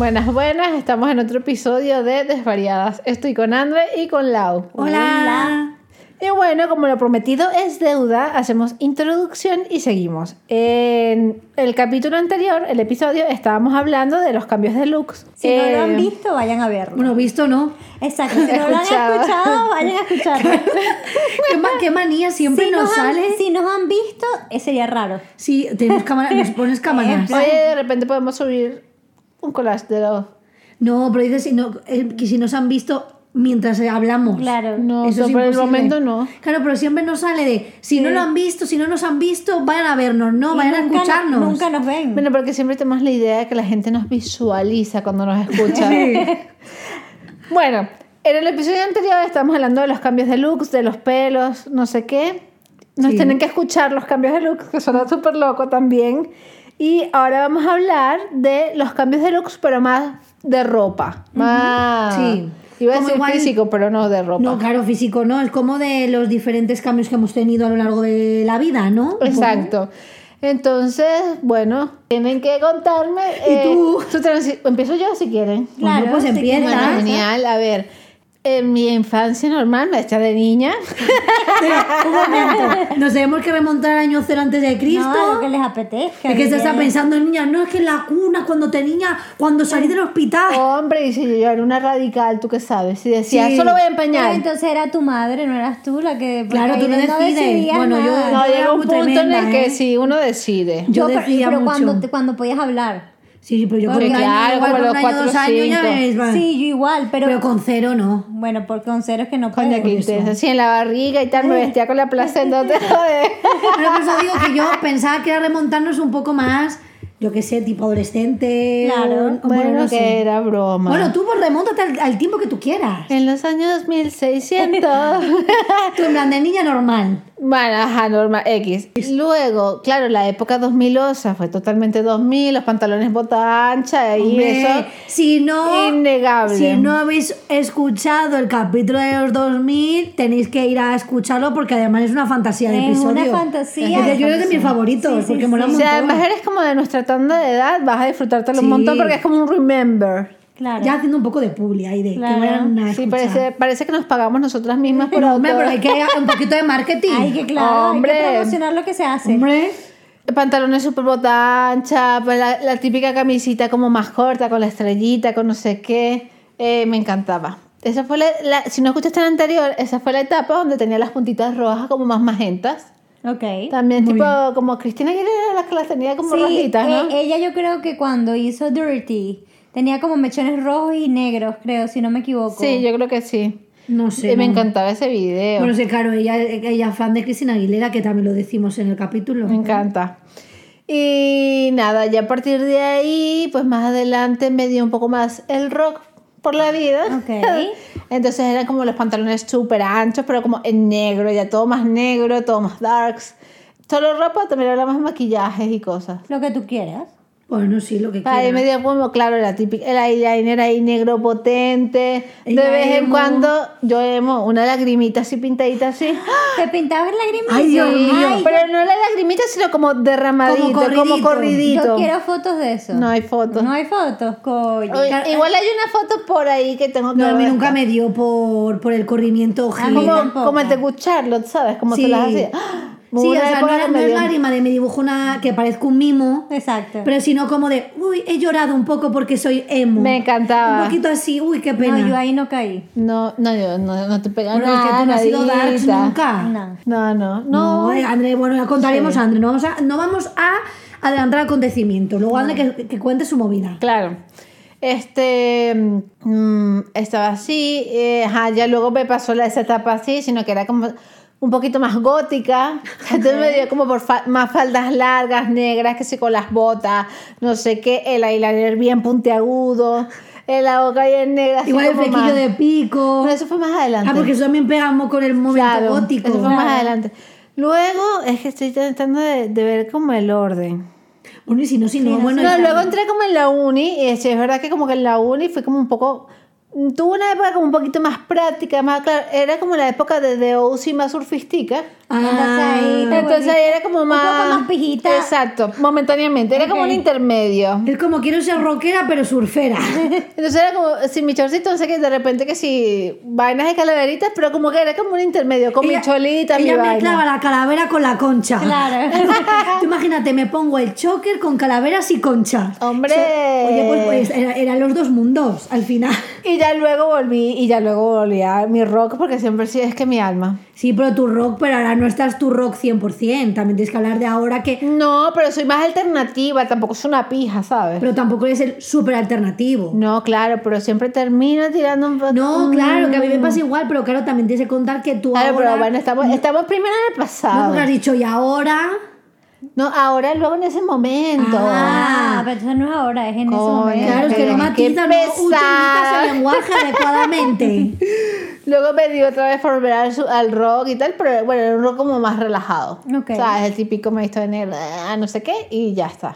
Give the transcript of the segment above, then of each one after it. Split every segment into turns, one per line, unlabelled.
Buenas, buenas, estamos en otro episodio de Desvariadas. Estoy con Andre y con Lau.
Hola.
Y bueno, como lo prometido es deuda, hacemos introducción y seguimos. En el capítulo anterior, el episodio, estábamos hablando de los cambios de looks.
Si no lo han visto, vayan a verlo.
Bueno, visto no.
Exacto, si no lo han escuchado, vayan a escucharlo.
¿Qué manía siempre sale?
Si nos han visto, sería raro.
Sí, tenemos cámara, nos pones cámaras.
Oye, de repente podemos subir un collage de los...
No, pero dices que si nos han visto mientras hablamos.
Claro.
No,
Eso es
por el
imposible.
momento no.
Claro, pero siempre nos sale de si no lo han visto, si no nos han visto, vayan a vernos, no,
Y
vayan a escucharnos.
Nunca nos ven.
Bueno, porque siempre tenemos la idea de que la gente nos visualiza cuando nos escucha. Bueno, en el episodio anterior estábamos hablando de los cambios de looks, de los pelos, no sé qué. Nos tienen que escuchar los cambios de looks, que suena súper loco también. Y ahora vamos a hablar de los cambios de looks, pero más de ropa. Más...
Sí.
Iba a
Como
decir
igual-
físico, pero no de ropa.
No, claro, físico no, es como de los diferentes cambios que hemos tenido a lo largo de la vida, ¿no? Un poco.
Exacto. Entonces, bueno, tienen que contarme.
¿Y tú?
Empiezo yo si quieren.
Bueno, pues
si
empieza.
quieres.
Bueno, genial. A ver, en mi infancia normal, me esta de niña.
Un momento, nos tenemos que remontar al año 0 antes de Cristo.
No, lo que les apetezca.
Es que se está
Bien.
pensando en niña, no, es que en la cuna, cuando salí del hospital.
Hombre, y si yo era una radical, ¿tú qué sabes? Si decía,
Sí.
eso lo voy a
Pero
empeñar.
entonces era tu madre, no eras tú la que...
Claro, tú no decides.
decidías
Bueno, yo-
nada.
No,
yo
llega
era
un
muy
punto en
tremenda,
el que
¿eh?
sí, uno decide.
Yo
pero
decía mucho.
cuando podías hablar.
Sí, pero yo
Porque
con un
claro,
año, igual
como
con
los
un año,
4
2
o
años ya
5.
ves, va.
Sí, yo igual,
Pero con 0 no.
Bueno, por conceros que no
Coño,
puedo.
qué intensa. Así en la barriga y tal, me vestía con la placenta, no te jodes.
Pero por eso digo que yo pensaba que era remontarnos un poco más, yo qué sé, tipo adolescente.
Claro.
o
Bueno,
no
que
sé.
era broma.
Bueno, tú pues remóntate al tiempo que tú quieras.
En los años 1600.
Tú en plan de niña normal.
Bueno, ajá, normal, X. Luego, claro, la época 2000 fue totalmente 2000, los pantalones bota ancha y
Hombre,
eso,
si no,
innegable.
Si no habéis escuchado el capítulo de los 2000, tenéis que ir a escucharlo porque además es una fantasía de
Es
episodio.
una fantasía.
Es de- yo creo que es de mis favoritos,
Sí, sí,
porque
sí.
mola un
O sea,
montón.
además eres como de nuestra tanda de edad, vas a disfrutártelo un
Sí.
montón porque es como un remember.
Claro.
Ya haciendo un poco de publi ahí, de
Claro.
que vayan a
Sí,
escuchar.
parece que nos pagamos nosotras mismas por
Pero, hombre,
autor.
pero hay que un poquito de marketing.
Hay que, claro,
Hombre.
hay que promocionar lo que se hace.
Hombre,
Pantalones super bota ancha, pues la típica camisita como más corta, con la estrellita, con no sé qué. Me encantaba. Esa fue si no escuchaste la anterior, esa fue la etapa donde tenía las puntitas rojas como más magentas.
Ok.
También
Muy
tipo como Cristina Aguilera, las que las tenía como rojitas, ¿no?
Ella yo creo que cuando hizo Dirty tenía como mechones rojos y negros, creo, si no me equivoco.
Sí, yo creo que sí.
no sé.
Y me
no.
encantaba ese video.
Bueno, sí, claro, ella es fan de Cristina Aguilera, que también lo decimos en el capítulo.
Me encanta. Y nada, ya a partir de ahí, pues más adelante me dio un poco más el rock por la vida.
Ok.
Entonces eran como los pantalones súper anchos, pero como en negro, ya todo más negro, todo más darks. Solo ropa, también era más maquillajes y cosas.
Lo que tú quieras.
Bueno, sí, lo que
Ahí
quieras.
me dio como, claro, la típica, el eyeliner ahí negro potente. De
Ella
vez en
emo.
cuando yo emo una lagrimita así pintadita así.
¿Te pintabas lagrimas?
Ay, Dios mío.
Pero no la lagrimita, sino como derramadito, como corridito.
Yo quiero fotos de eso.
No hay fotos.
No hay fotos, coño.
Oye, igual hay una foto por ahí que tengo que
No, a mí
ver.
nunca me dio por el corrimiento
A mí
gil.
tampoco.
Como el de Good Charlotte, ¿sabes? Como se
Sí.
las hacía.
Sí, o
Una
sea, no,
época que
no
me
es
dio.
lágrima de me dibujo una que parezca un mimo,
Exacto.
pero sino como de, uy, he llorado un poco porque soy emo.
Me encantaba.
Un poquito así, uy, qué pena.
No, yo ahí no caí.
No, yo no te pega
Bueno, es
nada.
que tú no has sido darks
nadita.
nunca.
No.
No.
No, André, bueno, ya contaremos a André. No vamos a adelantar acontecimientos. Luego André que cuente su movida.
Claro. Estaba así, ya luego me pasó esa etapa así, sino que era como un poquito más gótica. Entonces me dio como por más faldas largas, negras, que sí, con las botas, no sé qué, el eyeliner bien puntiagudo, la boca bien negra. Así
Igual el
como
flequillo
más.
de pico.
Pero eso fue más adelante.
Ah, porque eso también pegamos con el momento
Claro,
gótico.
eso fue más adelante. Luego es que estoy tratando de ver como el orden.
Bueno, y si no,
No,
bueno.
luego entré como en la uni y sí, es verdad que como que en la uni fui como un poco Tuvo una época como un poquito más práctica, más claro, era como la época de The Oz más surfistica. Entonces ahí era como más...
Un poco más pijita.
Exacto, momentáneamente. Era como un intermedio.
Es como quiero ser rockera, pero surfera.
Entonces era como, sin mi chorcito, no sé qué, de repente que si vainas de calaveritas, pero como que era como un intermedio, con mi cholita, mi
Ella
vaina.
mezclaba la calavera con la concha.
Claro.
Tú imagínate, me pongo el choker con calaveras y conchas.
¡Hombre!
Oye, pues eran los dos mundos al final.
Y ya luego volví a mi rock, porque siempre sí es que mi alma.
Sí, pero tu rock, pero ahora no estás tu rock 100%. También tienes que hablar de ahora que...
No, pero soy más alternativa, tampoco es una pija, ¿sabes?
Pero tampoco eres el súper alternativo.
No, claro, pero siempre termino tirando un poco.
No, claro, que a mí me pasa igual, pero claro, también tienes que contar que tú
Claro,
ahora...
pero bueno, estamos primero en el
No,
pasado.
porque has dicho, y ahora...
No, ahora, luego en ese momento.
Pero eso no es ahora, es en ese
Coño.
momento.
Claro, es que no
Qué
matizas, no utilizas
pesada.
el lenguaje adecuadamente.
Luego me di otra vez por volver al rock y tal, pero bueno, era un rock como más relajado.
Ok.
O sea, es el típico me visto de negro, no sé qué, y ya está.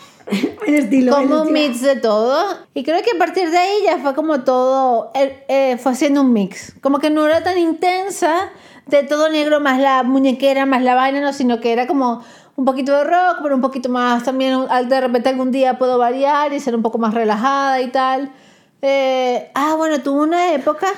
El estilo.
Como
el
un
estilo.
mix de todo. Y creo que a partir de ahí ya fue como todo, fue haciendo un mix. Como que no era tan intensa de todo negro más la muñequera, más la vaina, no, sino que era como un poquito de rock, pero un poquito más también, de repente algún día puedo variar y ser un poco más relajada y tal. Bueno, tuve una época,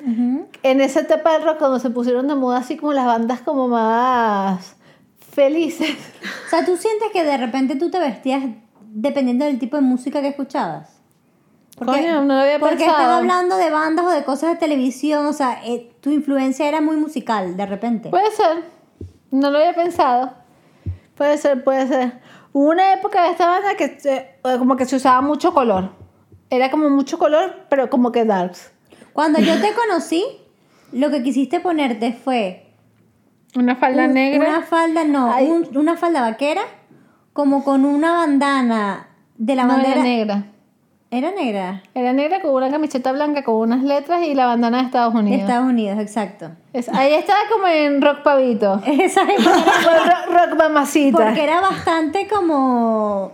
en esa etapa del rock, cuando se pusieron de moda así como las bandas como más felices.
O sea, ¿tú sientes que de repente tú te vestías dependiendo del tipo de música que escuchabas?
Coño, no lo había
porque
pensado.
están hablando de bandas o de cosas de televisión, o sea, tu influencia era muy musical, de repente.
Puede ser, no lo había pensado. Puede ser. Hubo una época de esta banda que como que se usaba mucho color. Era como mucho color, pero como que darks.
Cuando yo te conocí, lo que quisiste ponerte fue
Una falda negra.
una falda, no,
Ay.
una falda vaquera, como con una bandana de la
No,
bandera.
era negra.
¿Era negra?
Era negra con una camiseta blanca con unas letras y la bandana de Estados
De
Unidos.
Estados Unidos, exacto.
Ahí estaba como en rock pavito.
Esa
rock mamacita.
porque era bastante como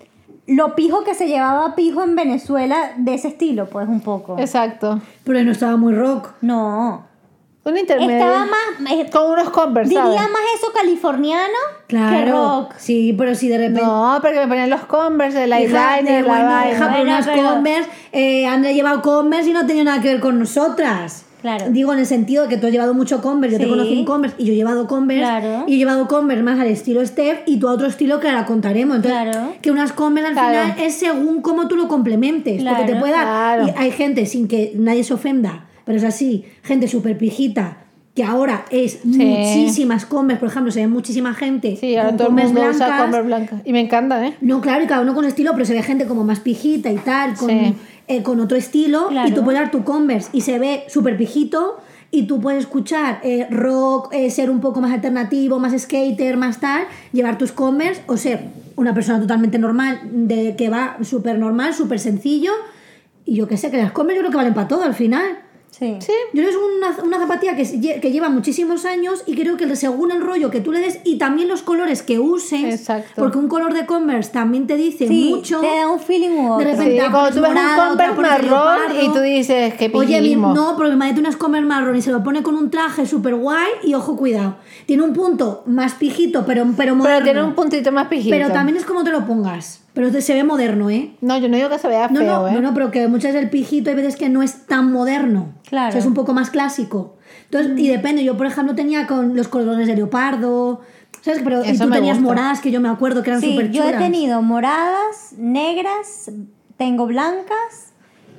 lo pijo que se llevaba pijo en Venezuela de ese estilo, pues un poco.
Exacto.
Pero no estaba muy rock.
No.
Un intermedio.
Estaba más,
con unos Converse,
diría
¿sabes?
más eso californiano que
Claro.
rock.
Sí, pero si de repente...
No, porque me ponían los Converse, el
Hija,
eyeliner, la
bueno,
vaina.
hija, pero
Bueno,
unas
pero-
Converse, Andrea llevaba Converse y no tenía nada que ver con nosotras.
Claro.
Digo, en el sentido de que tú has llevado mucho Converse, yo
Sí.
te conocí en Converse y yo he llevado Converse.
Claro.
Y he llevado Converse más al estilo Steph y tú a otro estilo que ahora contaremos. Entonces,
Claro.
que unas Converse al
Claro.
final es según cómo tú lo complementes.
Claro,
porque te puede dar...
claro.
Y hay gente, sin que nadie se ofenda, pero es así, gente súper pijita, que ahora es muchísimas Converse, por ejemplo, se ve muchísima gente
Sí, ahora
con
todo el
Converse
mundo usa
blancas.
Converse blanca. Y me encanta, ¿eh?
No, claro, y cada uno con estilo, pero se ve gente como más pijita y tal,
Sí.
con otro estilo,
Claro.
y tú puedes dar tu Converse y se ve súper pijito, y tú puedes escuchar rock, ser un poco más alternativo, más skater, más tal, llevar tus Converse, o ser una persona totalmente normal, que va súper normal, súper sencillo, y yo qué sé, que las Converse yo creo que valen para todo al final.
Sí.
Sí.
Yo creo que es una zapatilla que lleva muchísimos años y creo que según el rollo que tú le des y también los colores que uses,
Exacto.
porque un color de Converse también te dice
Sí,
mucho.
te da un feeling u
De
otro.
repente
Sí,
la
cuando
pones
tú ves un
morada, otra
Converse
pones de
marrón
leopardo.
y tú dices, qué
Oye,
pillismo.
no, pero mi madre tiene unas Converse marrón y se lo pone con un traje súper guay y ojo, cuidado. Tiene un punto más pijito, pero moderno.
Pero tiene un puntito más pijito.
Pero también es como te lo pongas. Pero se ve moderno, ¿eh?
No, yo no digo que se vea feo, ¿eh?
No, pero que muchas veces el pijito hay veces que no es tan moderno.
Claro.
O sea, es un poco más clásico. Entonces, y depende, yo por ejemplo tenía con los cordones de leopardo, ¿sabes? Pero y
Eso
tú
me
tenías
gusta.
moradas que yo me acuerdo que eran
Sí,
súper
yo
chulas.
he tenido moradas, negras, tengo blancas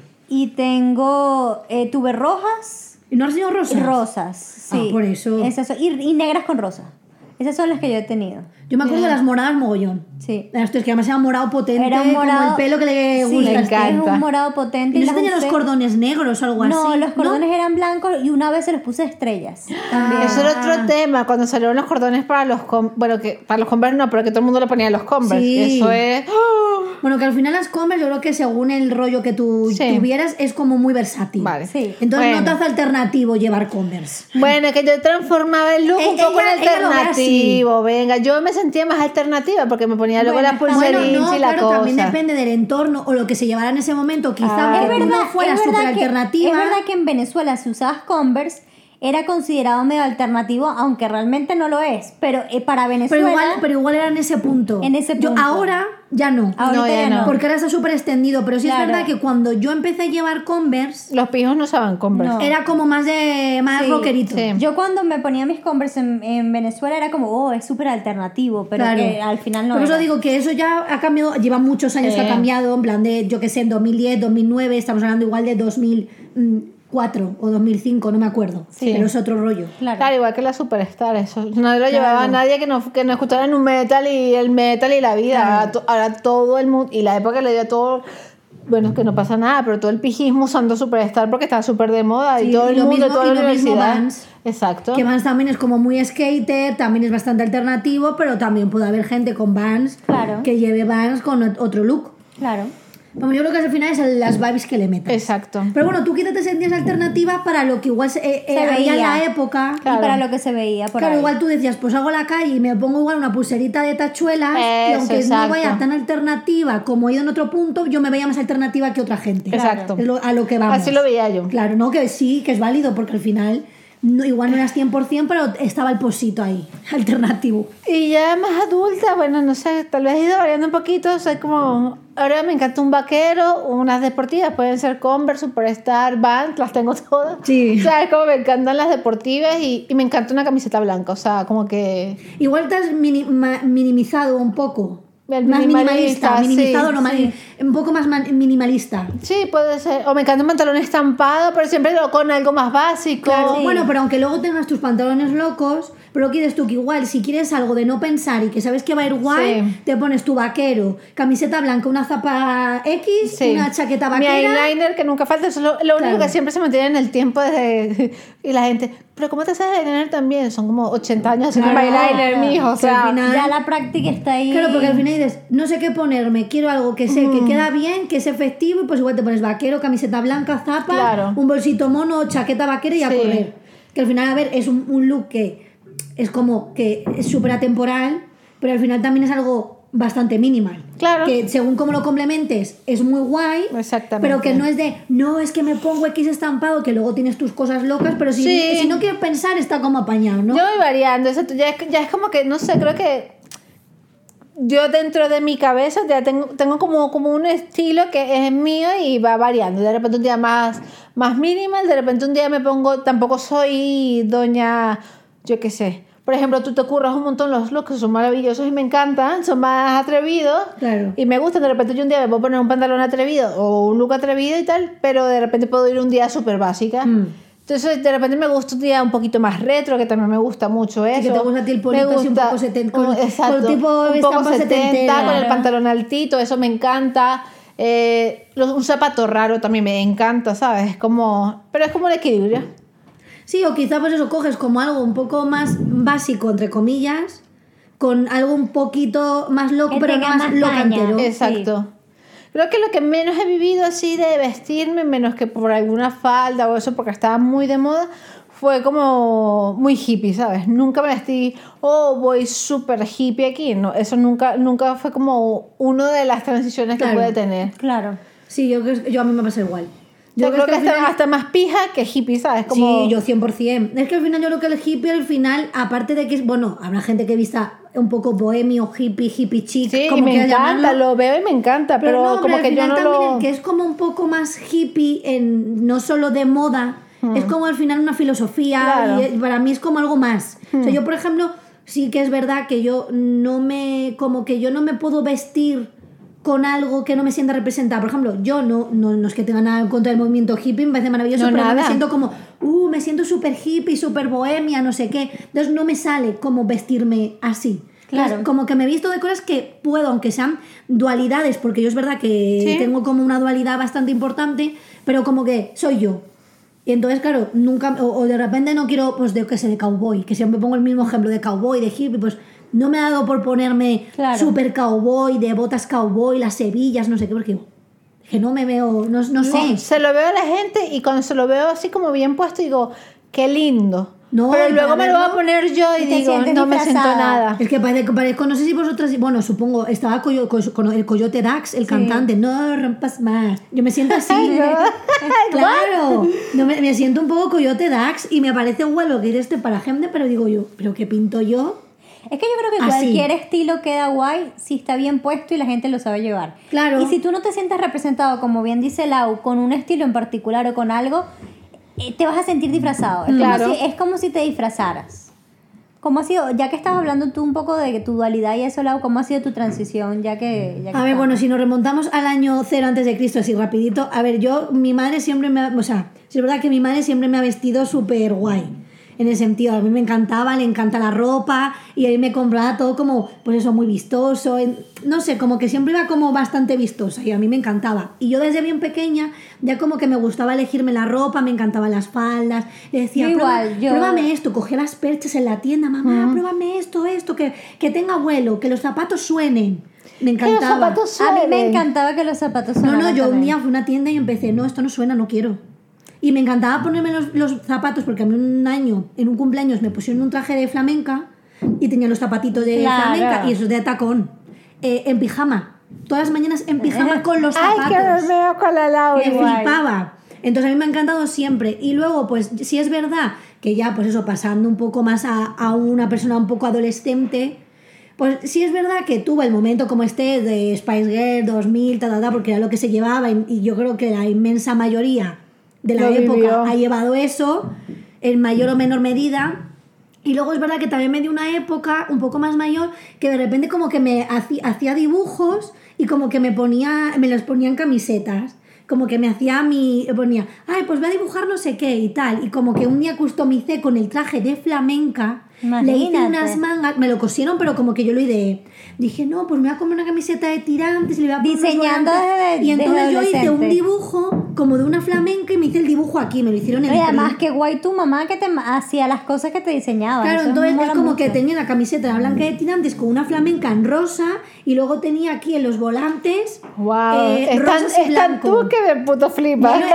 y tengo tuve rojas
¿Y no has tenido
y
rosas?
rosas. Sí.
Ah, por eso.
Esas y negras con rosa. Esas son las que yo he tenido.
Yo me acuerdo de las moradas mogollón.
Sí.
Las tres que además era morado potente,
Era un morado.
como el pelo que le
Sí,
gusta.
Me
a Esther.
encanta.
es un morado potente.
¿Y no
las
tenía los
usé-
cordones negros o algo
No,
así?
los cordones eran blancos y una vez se los puse estrellas. También.
Eso era otro tema, cuando salieron los cordones para los bueno, que para los Converse no, pero que todo el mundo le ponía los Converse.
Sí.
Eso es.
Bueno, que al final las Converse yo creo que según el rollo que tú
Sí.
tuvieras es como muy versátil.
Vale.
Sí.
Entonces
Bueno.
no te hace alternativo llevar Converse.
Bueno, que yo transformaba el look un poco en
Ella lo ve
alternativo. Venga, yo me sentía más alternativa porque me ponía venía luego
Bueno,
la pulserita
Bueno,
y la
claro,
cosa.
también depende del entorno o lo que se llevara en ese momento. Quizá
Ah.
que tú no fueras súper alternativa.
Es verdad que en Venezuela si usabas Converse era considerado medio alternativo, aunque realmente no lo es. Pero para Venezuela...
Pero igual era en ese punto.
En ese
Yo
punto.
ahora ya no.
Ahorita
No, ya
ya
no.
no.
Porque ahora está súper extendido. Pero sí
Claro.
es verdad que cuando yo empecé a llevar Converse,
Los pijos no usaban Converse.
No.
era como más
Sí.
rockerito.
Sí.
Yo cuando me ponía mis Converse en Venezuela era como, oh, es súper alternativo, pero
Claro.
que al final no
Por eso
era.
digo que eso ya ha cambiado, lleva muchos años que ha cambiado, en plan de, yo que sé, en 2010, 2009, estamos hablando igual de 2004 o 2005, no me acuerdo,
Sí.
pero es otro rollo.
Claro.
Claro, igual que la Superstar, eso no lo llevaba a nadie que no escuchara nu metal y el metal y la vida. Ahora todo el mundo, y la época le dio a todo, bueno, que no pasa nada, pero todo el pijismo usando Superstar porque estaba súper de moda
Sí,
y todo
y
el
lo
mundo,
mismo-
toda
y
la
lo mismo
universidad.
Vans.
Exacto.
Que Vans también es como muy skater, también es bastante alternativo, pero también puede haber gente con Vans
Claro.
que lleve Vans con otro look.
Claro.
Vamos, yo creo que al final es las vibes que le metan.
Exacto.
Pero bueno, tú quizás te sentías alternativa para lo que igual había en
veía.
la época.
Claro.
Y para lo que se veía por
Claro,
ahí.
igual tú decías, pues hago la calle y me pongo igual una pulserita de tachuelas y
Eso,
aunque
exacto.
no vaya tan alternativa como he ido en otro punto, yo me veía más alternativa que otra gente.
Exacto.
Es a lo que vamos.
Así lo veía yo.
Claro, no, que sí, que es válido, porque al final igual no eras 100%, pero estaba el posito ahí, alternativo.
Y ya más adulta, bueno, no sé, tal vez he ido variando un poquito, soy como, ahora me encanta un vaquero, unas deportivas, pueden ser Converse, Superstar, Vans, las tengo todas.
Sí.
O sea, es como me encantan las deportivas y me encanta una camiseta blanca, o sea, como que...
Igual te has minimizado un poco.
El
Más
minimalista,
minimizado,
sí,
no,
sí.
un poco más minimalista.
Sí, puede ser, o me encanta un pantalón estampado, pero siempre con algo más básico.
Claro,
Sí.
bueno, pero aunque luego tengas tus pantalones locos, pero quieres tú que igual, si quieres algo de no pensar y que sabes que va a ir guay,
Sí.
te pones tu vaquero, camiseta blanca, una zapa X,
Sí.
una chaqueta
Mi
vaquera.
eyeliner que nunca falta, eso es lo único
Claro.
que siempre se mantiene en el tiempo y la gente, pero ¿cómo te haces eyeliner también? Son como 80 años haciendo
Claro.
eyeliner, mijo, o
Que al
sea...
final-
Ya la práctica está ahí.
Claro, porque al final dices, no sé qué ponerme, quiero algo que sé que queda bien, que es efectivo, y pues igual te pones vaquero, camiseta blanca, zapa,
Claro.
un bolsito mono, chaqueta vaquera y a
Sí.
correr. Que al final, a ver, es un look que es como que es súper atemporal, pero al final también es algo bastante minimal.
Claro.
Que según cómo lo complementes es muy guay,
Exactamente.
pero que no es de, no, es que me pongo X estampado, que luego tienes tus cosas locas, pero si,
Sí.
si no quieres pensar está como apañado, ¿no?
Yo voy variando, ya es como que, no sé, creo que yo dentro de mi cabeza ya tengo como un estilo que es mío y va variando. De repente un día más minimal, de repente un día me pongo, tampoco soy doña, yo qué sé. Por ejemplo, tú te curras un montón los looks, son maravillosos y me encantan, son más atrevidos
Claro.
y me gustan. De repente yo un día me puedo poner un pantalón atrevido o un look atrevido y tal, pero de repente puedo ir un día súper básica. Entonces, de repente me gusta un día un poquito más retro, que también me gusta mucho eso.
que te gusta a ti el polito
Me
así un
gusta-
poco con
exacto,
tipo
un
estampa
poco 70,
setentera.
con el pantalón altito, eso me encanta. Un zapato raro también me encanta, ¿sabes? Pero es como un equilibrio.
Sí, o quizá pues eso, coges como algo un poco más básico, entre comillas, con algo un poquito más loco,
Que
pero no
tenga
más
más
locantero.
caña.
Exacto. Creo que lo que menos he vivido así de vestirme, menos que por alguna falda o eso, porque estaba muy de moda, fue como muy hippie, ¿sabes? Nunca me vestí, voy súper hippie aquí. No, eso nunca fue como una de las transiciones que
Claro.
puede tener.
Claro.
Sí, yo a mí me pasa igual.
Yo creo que
al final-
hasta más pija que hippie, ¿sabes? Como...
Sí, yo 100%. Es que al final yo creo que el hippie al final, aparte de que es, bueno, habrá gente que vista un poco bohemio, hippie chic,
Sí, y
como
me
quieras
encanta,
llamarlo.
lo veo y me encanta, pero
no,
como
al
que yo
final
no
también
lo...
el que es como un poco más hippie, no solo de moda, es como al final una filosofía,
Claro.
y para mí es como algo más. O sea, yo por ejemplo, sí que es verdad que yo no me puedo vestir con algo que no me sienta representada. Por ejemplo, yo no es que tenga nada en contra del movimiento hippie, me parece maravilloso,
No,
pero no me
nada.
siento como, me siento súper hippie, súper bohemia, no sé qué. Entonces no me sale como vestirme así.
Claro.
Entonces, como que me he visto de cosas que puedo, aunque sean dualidades, porque yo es verdad que
Sí.
tengo como una dualidad bastante importante, pero como que soy yo. Y entonces, claro, nunca, o de repente no quiero, pues de que sé, de cowboy, que siempre pongo el mismo ejemplo de cowboy, de hippie, pues no me ha dado por ponerme
Claro.
super cowboy, de botas cowboy, las hebillas, no sé qué, porque que no me veo, no sé.
Se lo veo a la gente y cuando se lo veo así como bien puesto digo, qué lindo.
No,
Pero
y
luego
para
me lo voy a
verlo-
poner yo y
te
digo,
sientes
no me siento
disfrazada.
nada.
Es que parezco, no sé si vosotras, bueno, supongo, estaba con el Coyote Dax, el cantante, no rompas más. Yo me siento así. Claro, no, me siento un poco Coyote Dax y me parece guay lo que dice para gente, pero digo yo, ¿pero qué pinto yo?
Es que yo creo que
Así.
cualquier estilo queda guay si está bien puesto y la gente lo sabe llevar.
Claro.
Y si tú no te sientes representado, como bien dice Lau, con un estilo en particular o con algo, te vas a sentir disfrazado.
Claro.
Es como si te disfrazaras. ¿Cómo ha sido, ya que estabas hablando tú un poco de tu dualidad y eso, Lau, cómo ha sido tu transición? Ya que
A ver,
estamos?
bueno, si nos remontamos al año 0 antes de Cristo, así rapidito, a ver, mi madre siempre o sea, es verdad que mi madre siempre me ha vestido súper guay. En el sentido, a mí me encantaba, le encanta la ropa y a mí me compraba todo como, pues eso, muy vistoso. No sé, como que siempre iba como bastante vistosa y a mí me encantaba. Y yo desde bien pequeña ya como que me gustaba elegirme la ropa, me encantaban las faldas. Le decía,
Yo igual,
pruébame esto, cogía las perchas en la tienda, mamá, pruébame esto, que tenga vuelo, que los zapatos suenen. Me
Que los
encantaba.
zapatos
A mí me
suenen.
encantaba que los zapatos
No,
sonaran
yo un
también.
día fui a una tienda y empecé, no, esto no suena, no quiero. Y me encantaba ponerme los zapatos porque a mí un año, en un cumpleaños, me pusieron un traje de flamenca y tenía los zapatitos de
Claro.
flamenca y esos de tacón, en pijama. Todas las mañanas en pijama con los
Ay,
zapatos.
que me veo con la Laura.
Me
guay.
flipaba. Entonces a mí me ha encantado siempre. Y luego, pues sí es verdad que ya, pues eso, pasando un poco más a una persona un poco adolescente, pues sí es verdad que tuve el momento como de Spice Girl 2000, porque era lo que se llevaba y yo creo que la inmensa mayoría de la
Lo
época
vivió.
ha llevado eso en mayor o menor medida. Y luego es verdad que también me dio una época un poco más mayor que de repente como que me hacía dibujos y como que me los ponía en camisetas. Como que ponía, ay, pues voy a dibujar no sé qué y tal. Y como que un día customicé con el traje de flamenca, le hice
Imagínate.
unas mangas, me lo cosieron, pero como que yo lo ideé. Dije, no, pues me voy a comer una camiseta de tirantes y le voy a poner unos
Diseñando
volantes.
desde-
Y entonces
desde
yo hice un
adolescente.
dibujo como de una flamenca y me hice el dibujo aquí, me lo hicieron en
Oye,
el
además, qué guay tu mamá que te hacía las cosas que te diseñaba.
Claro,
Eso
entonces es
mola
como
mucho.
que tenía la camiseta la blanca de tirantes con una flamenca en rosa y luego tenía aquí en los volantes
Wow.
rosas y
Están
blanco.
tú que me puto flipas.
Bueno,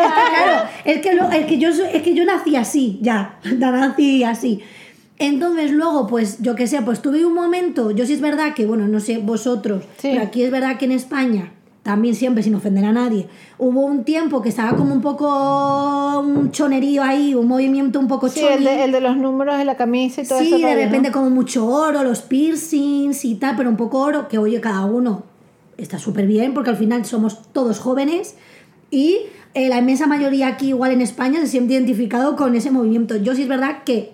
claro, es que yo nací así, ya, nací así. Entonces luego, pues, yo qué sé, pues tuve un momento, yo sí es verdad que, bueno, no sé vosotros,
Sí.
pero aquí es verdad que en España, también siempre, sin ofender a nadie, hubo un tiempo que estaba como un poco un chonerío ahí, un movimiento un poco
Sí,
choni.
el de los números de la camisa y todo
Sí,
eso.
de
rollo,
repente
¿no?
como mucho oro, los piercings y tal, pero un poco oro, que oye, cada uno está súper bien porque al final somos todos jóvenes y la inmensa mayoría aquí igual en España se siente identificado con ese movimiento. Yo sí es verdad que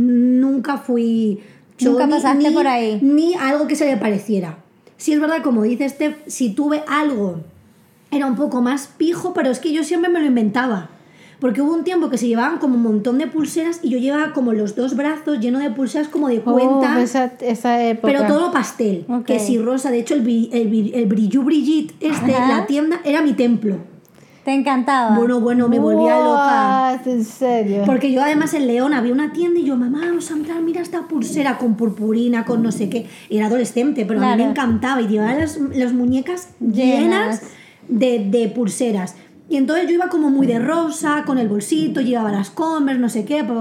nunca fui
Nunca
choni,
pasaste por ahí.
ni algo que se le pareciera. Sí es verdad, como dice Steph, si tuve algo era un poco más pijo, pero es que yo siempre me lo inventaba. Porque hubo un tiempo que se llevaban como un montón de pulseras y yo llevaba como los dos brazos llenos de pulseras como de cuenta,
Esa época.
pero todo pastel.
Ok.
Que si rosa, de hecho el Brillu Brigitte,
Ajá.
la tienda, era mi templo.
Te encantaba.
Bueno, me volvía loca.
What? ¿En serio?
Porque yo además en León había una tienda y yo, mamá, vamos a entrar, mira esta pulsera con purpurina, con no sé qué. Y era adolescente, pero a mí
Claro.
me encantaba y llevaba las muñecas llenas de pulseras. Y entonces yo iba como muy de rosa, con el bolsito, llevaba las Converse, no sé qué,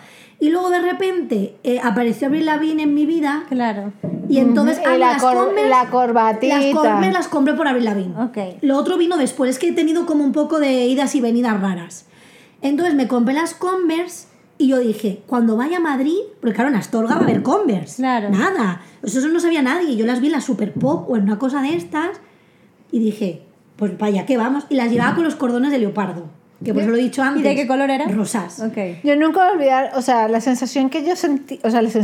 Y luego de repente apareció Avril Lavigne en mi vida
Claro.
y entonces
Y la
las Converse,
la corbatita.
las Converse las compré por Avril Lavigne.
Ok.
Lo otro vino después, es que he tenido como un poco de idas y venidas raras. Entonces me compré las Converse y yo dije, cuando vaya a Madrid, porque claro, en Astorga va a haber Converse.
Claro.
Nada. Eso no sabía nadie. Yo las vi en la Super Pop o en una cosa de estas y dije, pues vaya, ¿qué vamos? Y las llevaba con los cordones de leopardo, que por eso lo he dicho antes.
¿Y de qué color eran?
Rosas.
Ok.
Yo nunca voy a olvidar, o sea, la sensación que yo sentí,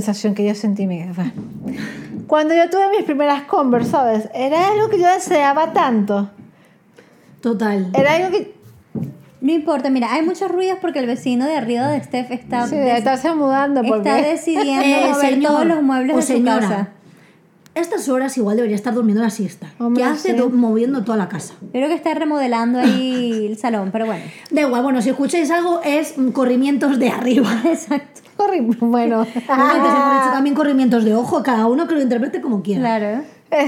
Miguel, bueno. Cuando yo tuve mis primeras Converse, ¿sabes? Era algo que yo deseaba tanto.
Total.
Era algo que...
No importa, mira, hay muchos ruidos porque el vecino de arriba de Steph está,
Sí, debe estarse mudando porque...
está decidiendo mover
señor
todos los muebles
o
de su
señora,
casa.
a estas horas igual debería estar durmiendo la siesta.
Hombre,
¿Qué hace
sí.
moviendo toda la casa?
Yo creo que está remodelando ahí el salón, pero bueno.
Da igual, bueno, si escucháis algo es corrimientos de arriba.
Exacto.
Horrible. Bueno.
Bueno, que se hemos hecho también corrimientos de ojo, cada uno que lo interprete como quiera.
Claro.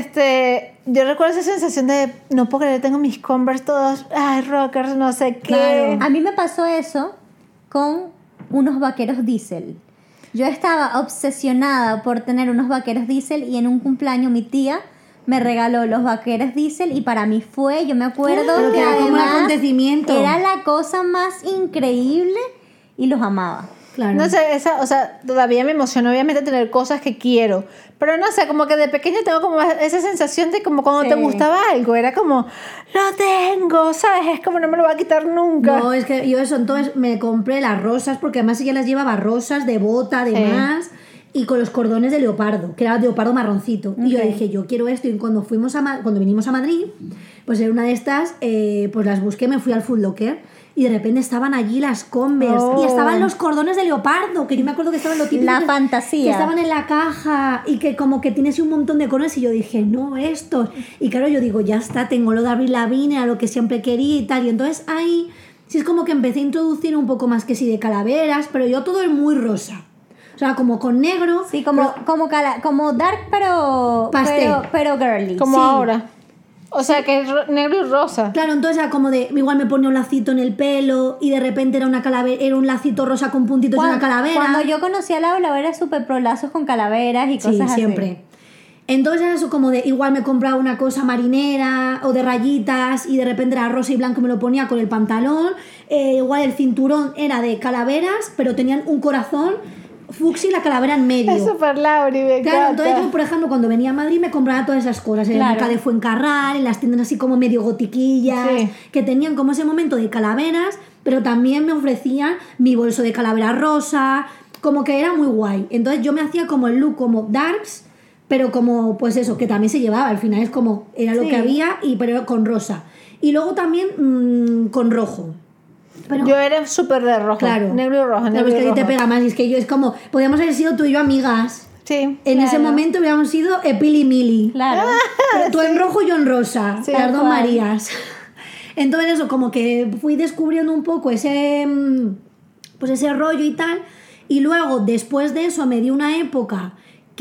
Yo recuerdo esa sensación de no puedo creer, tengo mis Converse todos, ay, rockers, no sé qué.
Claro.
A mí me pasó eso con unos vaqueros diésel. Yo estaba obsesionada por tener unos vaqueros diésel y en un cumpleaños mi tía me regaló los vaqueros diésel y para mí fue, yo me acuerdo
Pero que era como un
además
acontecimiento.
era la cosa más increíble y los amaba.
Claro.
No sé, o sea, todavía me emociona obviamente tener cosas que quiero, pero no sé, como que de pequeña tengo como esa sensación de como cuando
Sí.
te gustaba algo, era como, lo tengo, ¿sabes? Es como no me lo va a quitar nunca.
No, es que yo eso, entonces me compré las rosas, porque además ella las llevaba rosas, de bota, además, y con los cordones de leopardo, que era leopardo marroncito. Y yo
Ok.
dije, yo quiero esto, y cuando vinimos a Madrid, pues en una de estas, pues las busqué, me fui al Foot Locker, y de repente estaban allí las Converse,
Oh.
y estaban los cordones de leopardo, que yo me acuerdo que estaban los típicos
La
que-
fantasía.
que estaban en la caja, y que como que tienes un montón de cordones, y yo dije, no, estos. Y claro, yo digo, ya está, tengo lo de Avril Lavigne, a lo que siempre quería y tal, y entonces ahí sí es como que empecé a introducir un poco más que sí de calaveras, pero yo todo es muy rosa. O sea, como con negro.
Sí, como dark pero
Pastel.
pero girly.
Como
sí.
ahora. O sea, que es negro y rosa.
Claro, entonces era como de, igual me ponía un lacito en el pelo y de repente era una calavera, era un lacito rosa con puntitos y una calavera.
Cuando yo conocí a Laura era súper pro lazos con calaveras y cosas
Sí,
así.
siempre. Entonces era eso como de, igual me compraba una cosa marinera o de rayitas y de repente era rosa y blanco y me lo ponía con el pantalón. Igual el cinturón era de calaveras, pero tenían un corazón fucsia y la calavera en medio.
Es súper Lauri, me
Claro,
encanta.
entonces yo, por ejemplo, cuando venía a Madrid me compraba todas esas cosas, en el
Claro.
mercado de Fuencarral, en las tiendas así como medio gotiquillas,
Sí.
que tenían como ese momento de calaveras, pero también me ofrecían mi bolso de calavera rosa, como que era muy guay. Entonces yo me hacía como el look como darks, pero como, pues eso, que también se llevaba, al final es como, era lo
Sí.
que había, pero con rosa. Y luego también con rojo. Pero,
Yo era súper de rojo.
claro.
Negro y rojo,
Claro,
negro
es
y
que a ti te
rojo.
pega más, y es que yo es como, podríamos haber sido tú y yo amigas.
Sí.
En ese
Claro.
momento hubiéramos sido Pili Mili.
Claro.
Pero tú en rojo y yo en rosa.
Sí,
las
tal
dos
cual.
Marías. Entonces eso, como que fui descubriendo un poco ese, pues ese rollo y tal. Y luego, después de eso, me di una época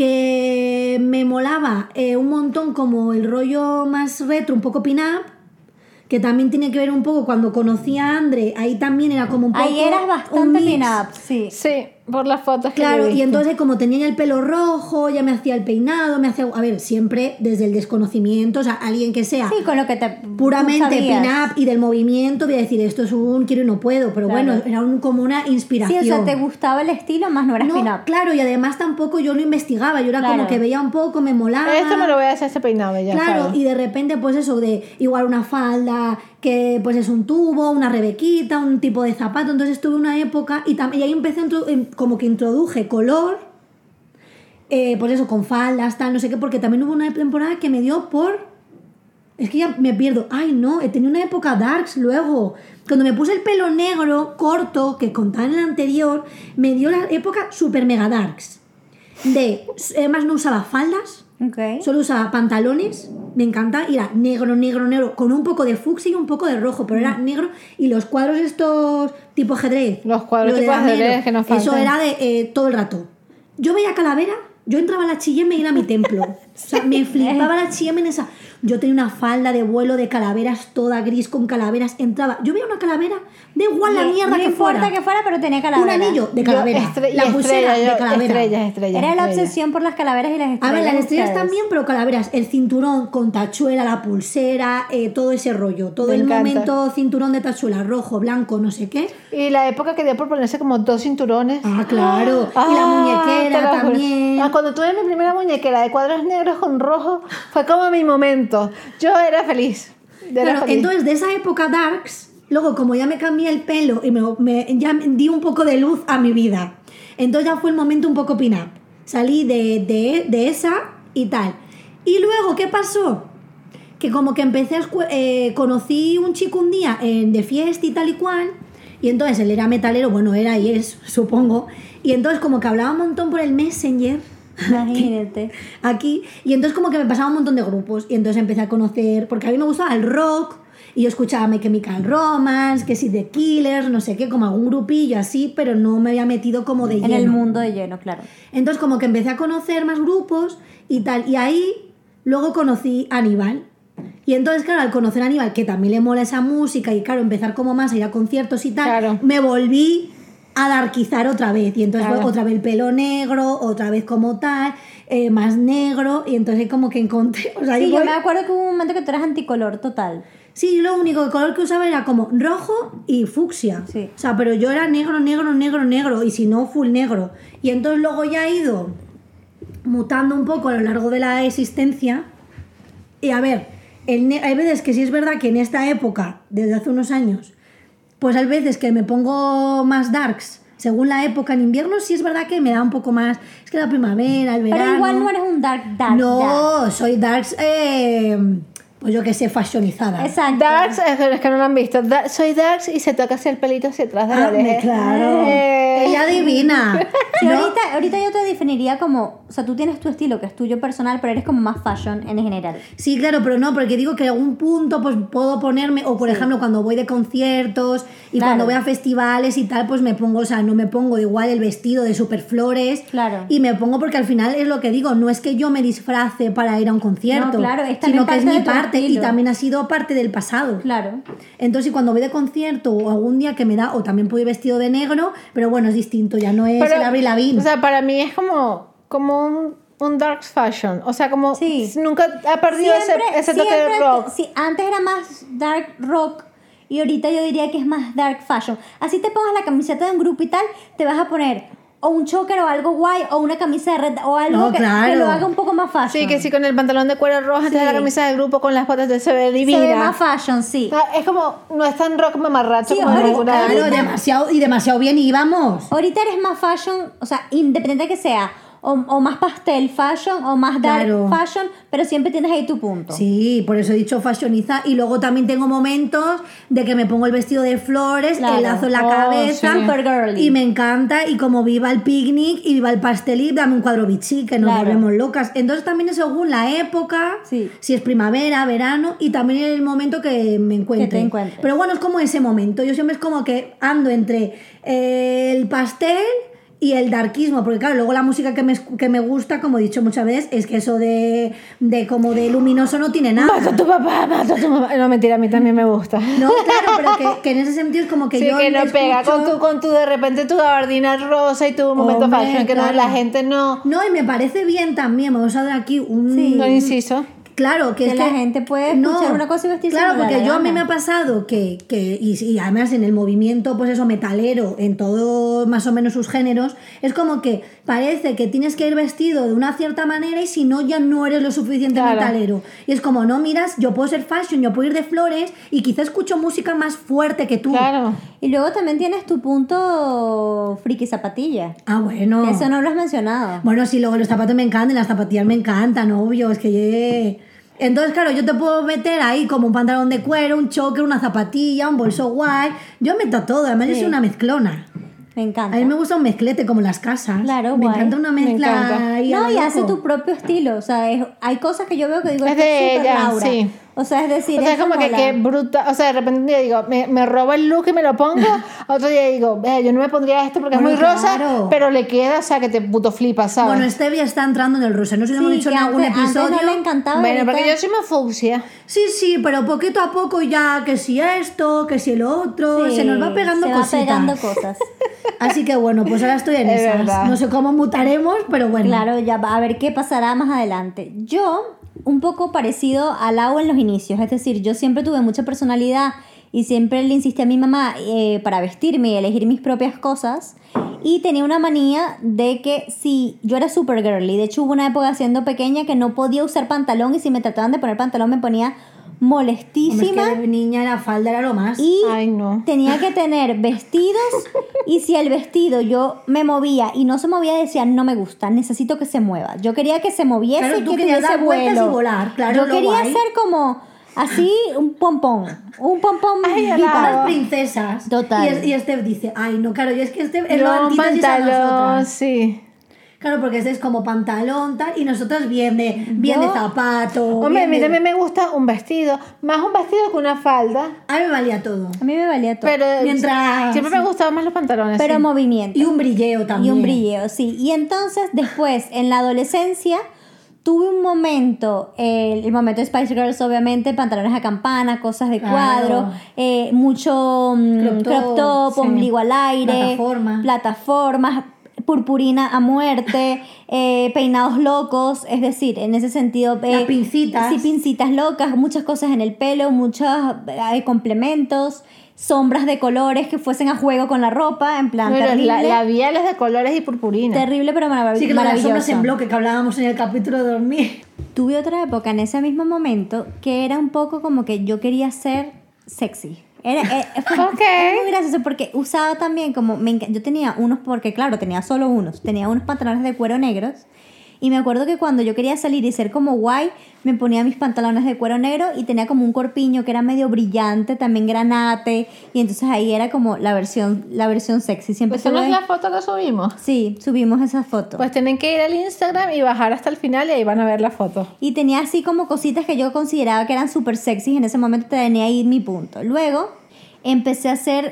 que me molaba un montón como el rollo más retro, un poco pin-up, que también tiene que ver un poco cuando conocí a Andre, ahí también era como un poco
Ahí eras
un
bastante
mix.
pin-up, sí.
Sí, por las fotos que
Claro,
le
y
diste.
entonces como tenía ya el pelo rojo, ya me hacía el peinado, me hacía... A ver, siempre desde el desconocimiento, o sea, alguien que sea
Sí, con lo que te
puramente
tú sabías.
pin-up y del movimiento, voy a decir, esto es un quiero y no puedo, pero
Claro.
bueno, era como una
Sí,
inspiración.
o sea, te gustaba el estilo, más no eras
No,
pin-up.
claro, y además tampoco yo lo investigaba, yo era
Claro.
como que veía un poco, me molaba.
Esto me lo voy a hacer este peinado ya.
Claro,
sabes.
y de repente, pues eso, de igual una falda, que pues es un tubo, una rebequita, un tipo de zapato. Entonces tuve una época y ahí empecé como que introduje color, pues eso, con faldas, tal, no sé qué, porque también hubo una temporada que me dio por... Es que ya me pierdo. Ay, no, he tenido una época darks luego. Cuando me puse el pelo negro, corto, que contaba en el anterior, me dio la época super mega darks. Además no usaba faldas,
Ok.
solo usaba pantalones, me encanta, y era negro, negro, negro, con un poco de fucsia y un poco de rojo, pero era negro, y los cuadros estos tipo ajedrez.
Los cuadros
lo de
tipo
Damero,
ajedrez que nos
eso
faltan.
era de todo el rato. Yo veía calavera, yo entraba a la H&M y me iba a mi templo. O sea, me flipaba la H&M en esa... Yo tenía una falda de vuelo de calaveras, toda gris con calaveras, entraba... Yo veía una calavera, da igual la mierda
no
que
importa
fuera.
que fuera, pero tenía
Un
calavera.
anillo de
Yo
calavera, la pulsera de calavera.
Estrellas.
Era la obsesión por las calaveras y las estrellas.
A ver, las estrellas
ustedes.
también, pero calaveras. El cinturón con tachuela, la pulsera, todo ese rollo. Todo
Me
el
encanta.
momento cinturón de tachuela, rojo, blanco, no sé qué.
Y la época que dio por ponerse como 2 cinturones.
Ah, claro. Y la muñequera
te lo juro.
también.
Ah, cuando tuve mi primera muñequera de cuadros negros con rojo, fue como mi momento. Yo era feliz. Yo era
Claro,
feliz.
entonces de esa época darks, luego como ya me cambié el pelo y ya di un poco de luz a mi vida, entonces ya fue el momento un poco pin-up. Salí de esa y tal. Y luego, ¿qué pasó? Que como que empecé conocí un chico un día de fiesta y tal y cual, y entonces él era metalero, bueno, era y es, supongo, y entonces como que hablaba un montón por el Messenger,
Imagínate.
aquí, y entonces como que me pasaba un montón de grupos, y entonces empecé a conocer, porque a mí me gustaba el rock, y yo escuchaba My Chemical Romance, que sí, The Killers, no sé qué, como algún grupillo así, pero no me había metido como de
En
lleno.
el mundo de lleno, claro.
Entonces como que empecé a conocer más grupos y tal, y ahí luego conocí a Aníbal. Y entonces, claro, al conocer a Aníbal, que también le mola esa música, y claro, empezar como más a ir a conciertos y tal,
Claro.
me volví a darkizar otra vez. Y entonces
Claro.
otra vez el pelo negro, otra vez como tal, más negro. Y entonces como que encontré... O sea,
Sí,
yo
yo
voy-
me acuerdo que hubo un momento que tú eras anticolor total.
Sí, yo lo único de color que usaba era como rojo y fucsia.
Sí.
O sea, pero yo era negro, negro, negro, negro. Y si no, full negro. Y entonces luego ya he ido mutando un poco a lo largo de la existencia. Y a ver, hay veces que sí es verdad que en esta época, desde hace unos años, pues hay veces que me pongo más darks. Según la época, en invierno sí es verdad que me da un poco más. Es que la primavera, el verano.
Pero igual no eres un dark.
No, soy darks, pues yo que sé, fashionizada.
Exacto.
Darks, es que no lo han visto. Soy Darks y se toca hacia el pelito hacia atrás de la
Ah,
oreja.
claro. Ella adivina.
Sí,
¿no?
ahorita yo te definiría como, o sea, tú tienes tu estilo que es tuyo personal, pero eres como más fashion en general.
Sí, claro, pero no, porque digo que en algún punto pues puedo ponerme, o por ejemplo cuando voy de conciertos y
Claro.
cuando voy a festivales y tal, pues me pongo, o sea, no me pongo igual el vestido de Superflores.
Claro.
Y me pongo porque al final es lo que digo, no es que yo me disfrace para ir a un concierto,
No, claro, es también
sino que es
parte
mi
de tu
parte y
estilo.
también ha sido parte del pasado.
Claro.
Entonces, y cuando voy de concierto o algún día que me da, o también puedo ir vestido de negro, pero bueno, es distinto, ya no es el Avril Lavigne.
O sea, para mí es como un dark fashion. O sea, como
Sí.
nunca ha perdido ese toque de
siempre-
rock.
Sí, antes era más dark rock y ahorita yo diría que es más dark fashion. Así te pongas la camiseta de un grupo y tal, te vas a poner o un choker o algo guay o una camisa de red o algo
No,
que
claro.
lo haga un poco más fashion.
Sí, que sí, con el pantalón de cuero rojo, antes de la camisa de grupo, con las botas de se ve divina.
Se ve más fashion, sí.
O sea, es como, no es tan rock mamarracho
Sí,
como
ahorita-
alguna
Claro, demasiado bien íbamos.
Ahorita eres más fashion, o sea, independiente de que sea o más pastel fashion o más dark
Claro.
fashion, pero siempre tienes ahí tu punto.
Sí, por eso he dicho fashioniza. Y luego también tengo momentos de que me pongo el vestido de flores,
Claro.
el lazo en la
Oh,
cabeza.
sí.
Super girly.
Y me encanta. Y como viva el picnic y viva el pastelí, dame un cuadro bichi, que nos
Claro.
volvemos locas. Entonces también es según la época,
Sí.
si es primavera, verano, y también el momento que me encuentre.
Que te encuentres.
Pero bueno, es como ese momento. Yo siempre es como que ando entre el pastel y el darkismo, porque claro, luego la música que me gusta, como he dicho muchas veces, es que eso de como de luminoso no tiene nada.
Mata a tu papá, mata a tu mamá. No, mentira, a mí también me gusta.
No, claro, pero que en ese sentido es como que
Sí,
yo
que no
escucho-
pega con tu de repente tu gabardina rosa y tu momento
Hombre,
fashion, que no,
claro.
la gente no.
No, y me parece bien también, vamos a dar aquí un...
Sí.
No inciso.
Claro, que
Que
es
la gente puede escuchar una cosa y vestirse
Claro,
como le da
porque
la
yo a mí
gana.
me ha pasado y además en el movimiento, pues eso, metalero, en todo más o menos sus géneros, es como que parece que tienes que ir vestido de una cierta manera y si no, ya no eres lo suficiente
Claro.
metalero. Y es como, no, miras, yo puedo ser fashion, yo puedo ir de flores y quizá escucho música más fuerte que tú.
Claro.
Y luego también tienes tu punto friki zapatilla.
Ah, bueno.
Que eso no lo has mencionado.
Bueno, sí, luego los zapatos me encantan, las zapatillas me encantan, obvio, es que... Entonces, claro, yo te puedo meter ahí como un pantalón de cuero, un choker, una zapatilla, un bolso guay. Yo meto todo, además yo
Sí.
soy una mezclona.
Me encanta.
A mí me gusta un mezclete como las casas.
Claro,
me
guay.
encanta una
Me
mezcla
encanta.
ahí a
No,
lo
y hace
loco.
tu propio estilo. O sea, hay cosas que yo veo que digo,
Es
esto
de
súper
ella,
Laura.
sí.
O sea, es decir,
O sea, es como que
la-
bruta. O sea, de repente un día digo, me robo el look y me lo pongo. Otro día digo, yo no me pondría esto porque
Bueno,
es muy rosa,
claro.
pero le queda, o sea, que te puto flipas, ¿sabes?
Bueno, Stevia está entrando en el rosa. No sé si
Sí,
hemos dicho
que
en algún
antes
episodio.
no le encantaba.
Bueno,
ahorita-
porque yo soy más fucsia.
Sí, sí, pero poquito a poco ya, que si esto, que si el otro,
Sí,
se nos va pegando
se
cositas.
va pegando cosas.
Así que bueno, pues ahora estoy en
Es
esas.
verdad.
No sé cómo mutaremos, pero bueno.
Claro, ya va a ver qué pasará más adelante. Yo, un poco parecido a Lau en los inicios, es decir, yo siempre tuve mucha personalidad y siempre le insistí a mi mamá para vestirme y elegir mis propias cosas. Y tenía una manía de que si yo era super girly, de hecho hubo una época siendo pequeña que no podía usar pantalón y si me trataban de poner pantalón me ponía
Hombre,
molestísima.
es que de niña la falda era lo más.
Y
Ay, no.
tenía que tener vestidos y si el vestido yo me movía y no se movía decía no me gusta, necesito que se mueva. Yo quería que se moviese
Claro,
y
tú
que
querías
tuviese
dar vueltas
vuelo.
y volar, claro,
Yo
lo
quería
guay.
ser como así un pompón
Ay,
vital.
Las princesas.
Total.
Y Steph dice, ay, no, claro, y es que Steph es lo
Yo,
antítesis a
pantalón,
nosotras.
sí.
Claro, porque este es como pantalón, tal, y nosotras bien de
Yo-
zapato.
Hombre, a
bien
mí
de-
también me gusta un vestido. Más un vestido que una falda.
A mí me valía todo.
A mí me valía todo.
Pero
Mientras-
siempre me gustaban más los pantalones.
Pero
sí.
movimiento.
Y un brilleo también.
Y un brilleo, sí. Y entonces después, en la adolescencia, tuve un momento, el momento de Spice Girls, obviamente, pantalones a campana, cosas de cuadro, mucho crop top,
sí.
ombligo al aire, plataformas, purpurina a muerte, peinados locos, es decir, en ese sentido...
las pincitas.
Sí, pincitas locas, muchas cosas en el pelo, muchos complementos, sombras de colores que fuesen a juego con la ropa, en plan terrible.
Labiales de colores y purpurina.
Terrible, pero maravilloso.
Sí, que las sombras en bloque que hablábamos en el capítulo de dormir.
Tuve otra época en ese mismo momento que era un poco como que yo quería ser sexy. Fue muy gracioso porque usaba también como... yo tenía unos, porque claro, tenía solo unos. Tenía unos pantalones de cuero negros. Y me acuerdo que cuando yo quería salir y ser como guay, me ponía mis pantalones de cuero negro y tenía como un corpiño que era medio brillante, también granate. Y entonces ahí era como la versión sexy. Siempre
¿Esa no es la foto que subimos?
Sí, subimos esa foto.
Pues tienen que ir al Instagram y bajar hasta el final y ahí van a ver la foto.
Y tenía así como cositas que yo consideraba que eran súper sexy. En ese momento tenía ahí mi punto. Luego empecé a hacer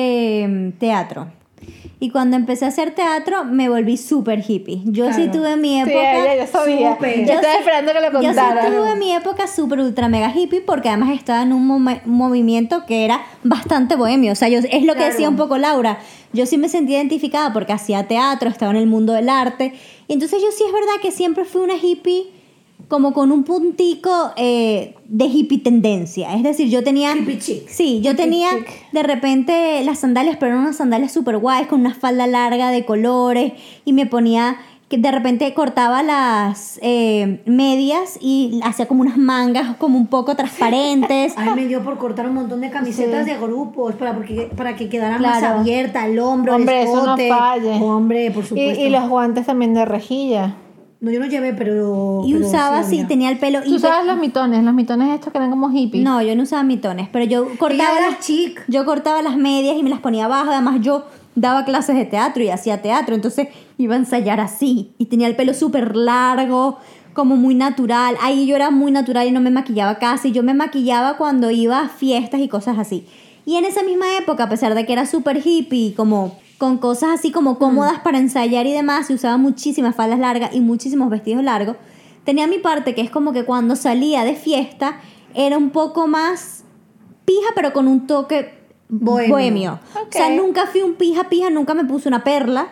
teatro. Y cuando empecé a hacer teatro, me volví súper hippie. Yo sí tuve mi época...
Sí, yo sabía. Yo estaba esperando que lo contara.
Yo sí tuve mi época súper ultra mega hippie porque además estaba en un movimiento que era bastante bohemio. O sea, es lo que decía un poco Laura. Yo sí me sentí identificada porque hacía teatro, estaba en el mundo del arte. Y entonces yo sí es verdad que siempre fui una hippie como con un puntico de hippie tendencia. Es decir, yo tenía...
Hippie chic.
Sí, yo tenía de repente las sandalias, pero eran unas sandalias súper guays, con una falda larga de colores, y me ponía... que de repente cortaba las medias y hacía como unas mangas como un poco transparentes.
A mí me dio por cortar un montón de camisetas de grupos para que quedaran más abierta el hombro,
hombre,
el escote.
Eso no falle.
Hombre, por supuesto.
Y los guantes también de rejilla.
No, yo no llevé, pero...
Y usaba así, tenía el pelo...
¿Tú usabas los mitones estos que eran como hippies?
No, yo no usaba mitones, pero yo cortaba... Yo cortaba las medias y me las ponía abajo. Además, yo daba clases de teatro y hacía teatro, entonces iba a ensayar así. Y tenía el pelo súper largo, como muy natural. Ahí yo era muy natural y no me maquillaba casi. Yo me maquillaba cuando iba a fiestas y cosas así. Y en esa misma época, a pesar de que era súper hippie, como... con cosas así como cómodas para ensayar y demás, y usaba muchísimas faldas largas y muchísimos vestidos largos, tenía mi parte que es como que cuando salía de fiesta era un poco más pija, pero con un toque bohemio. O sea, nunca fui un pija, nunca me puse una perla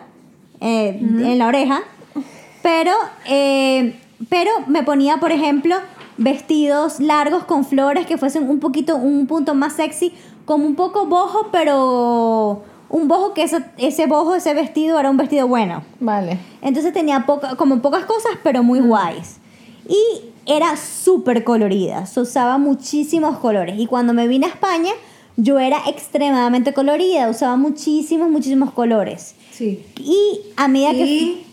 en la oreja, pero me ponía, por ejemplo, vestidos largos con flores que fuesen un punto más sexy, como un poco boho, pero... un boho que ese vestido era un vestido bueno.
Vale.
Entonces tenía como pocas cosas, pero muy guays. Y era súper colorida. Se usaba muchísimos colores. Y cuando me vine a España, yo era extremadamente colorida. Usaba muchísimos colores.
Sí.
Y a medida que...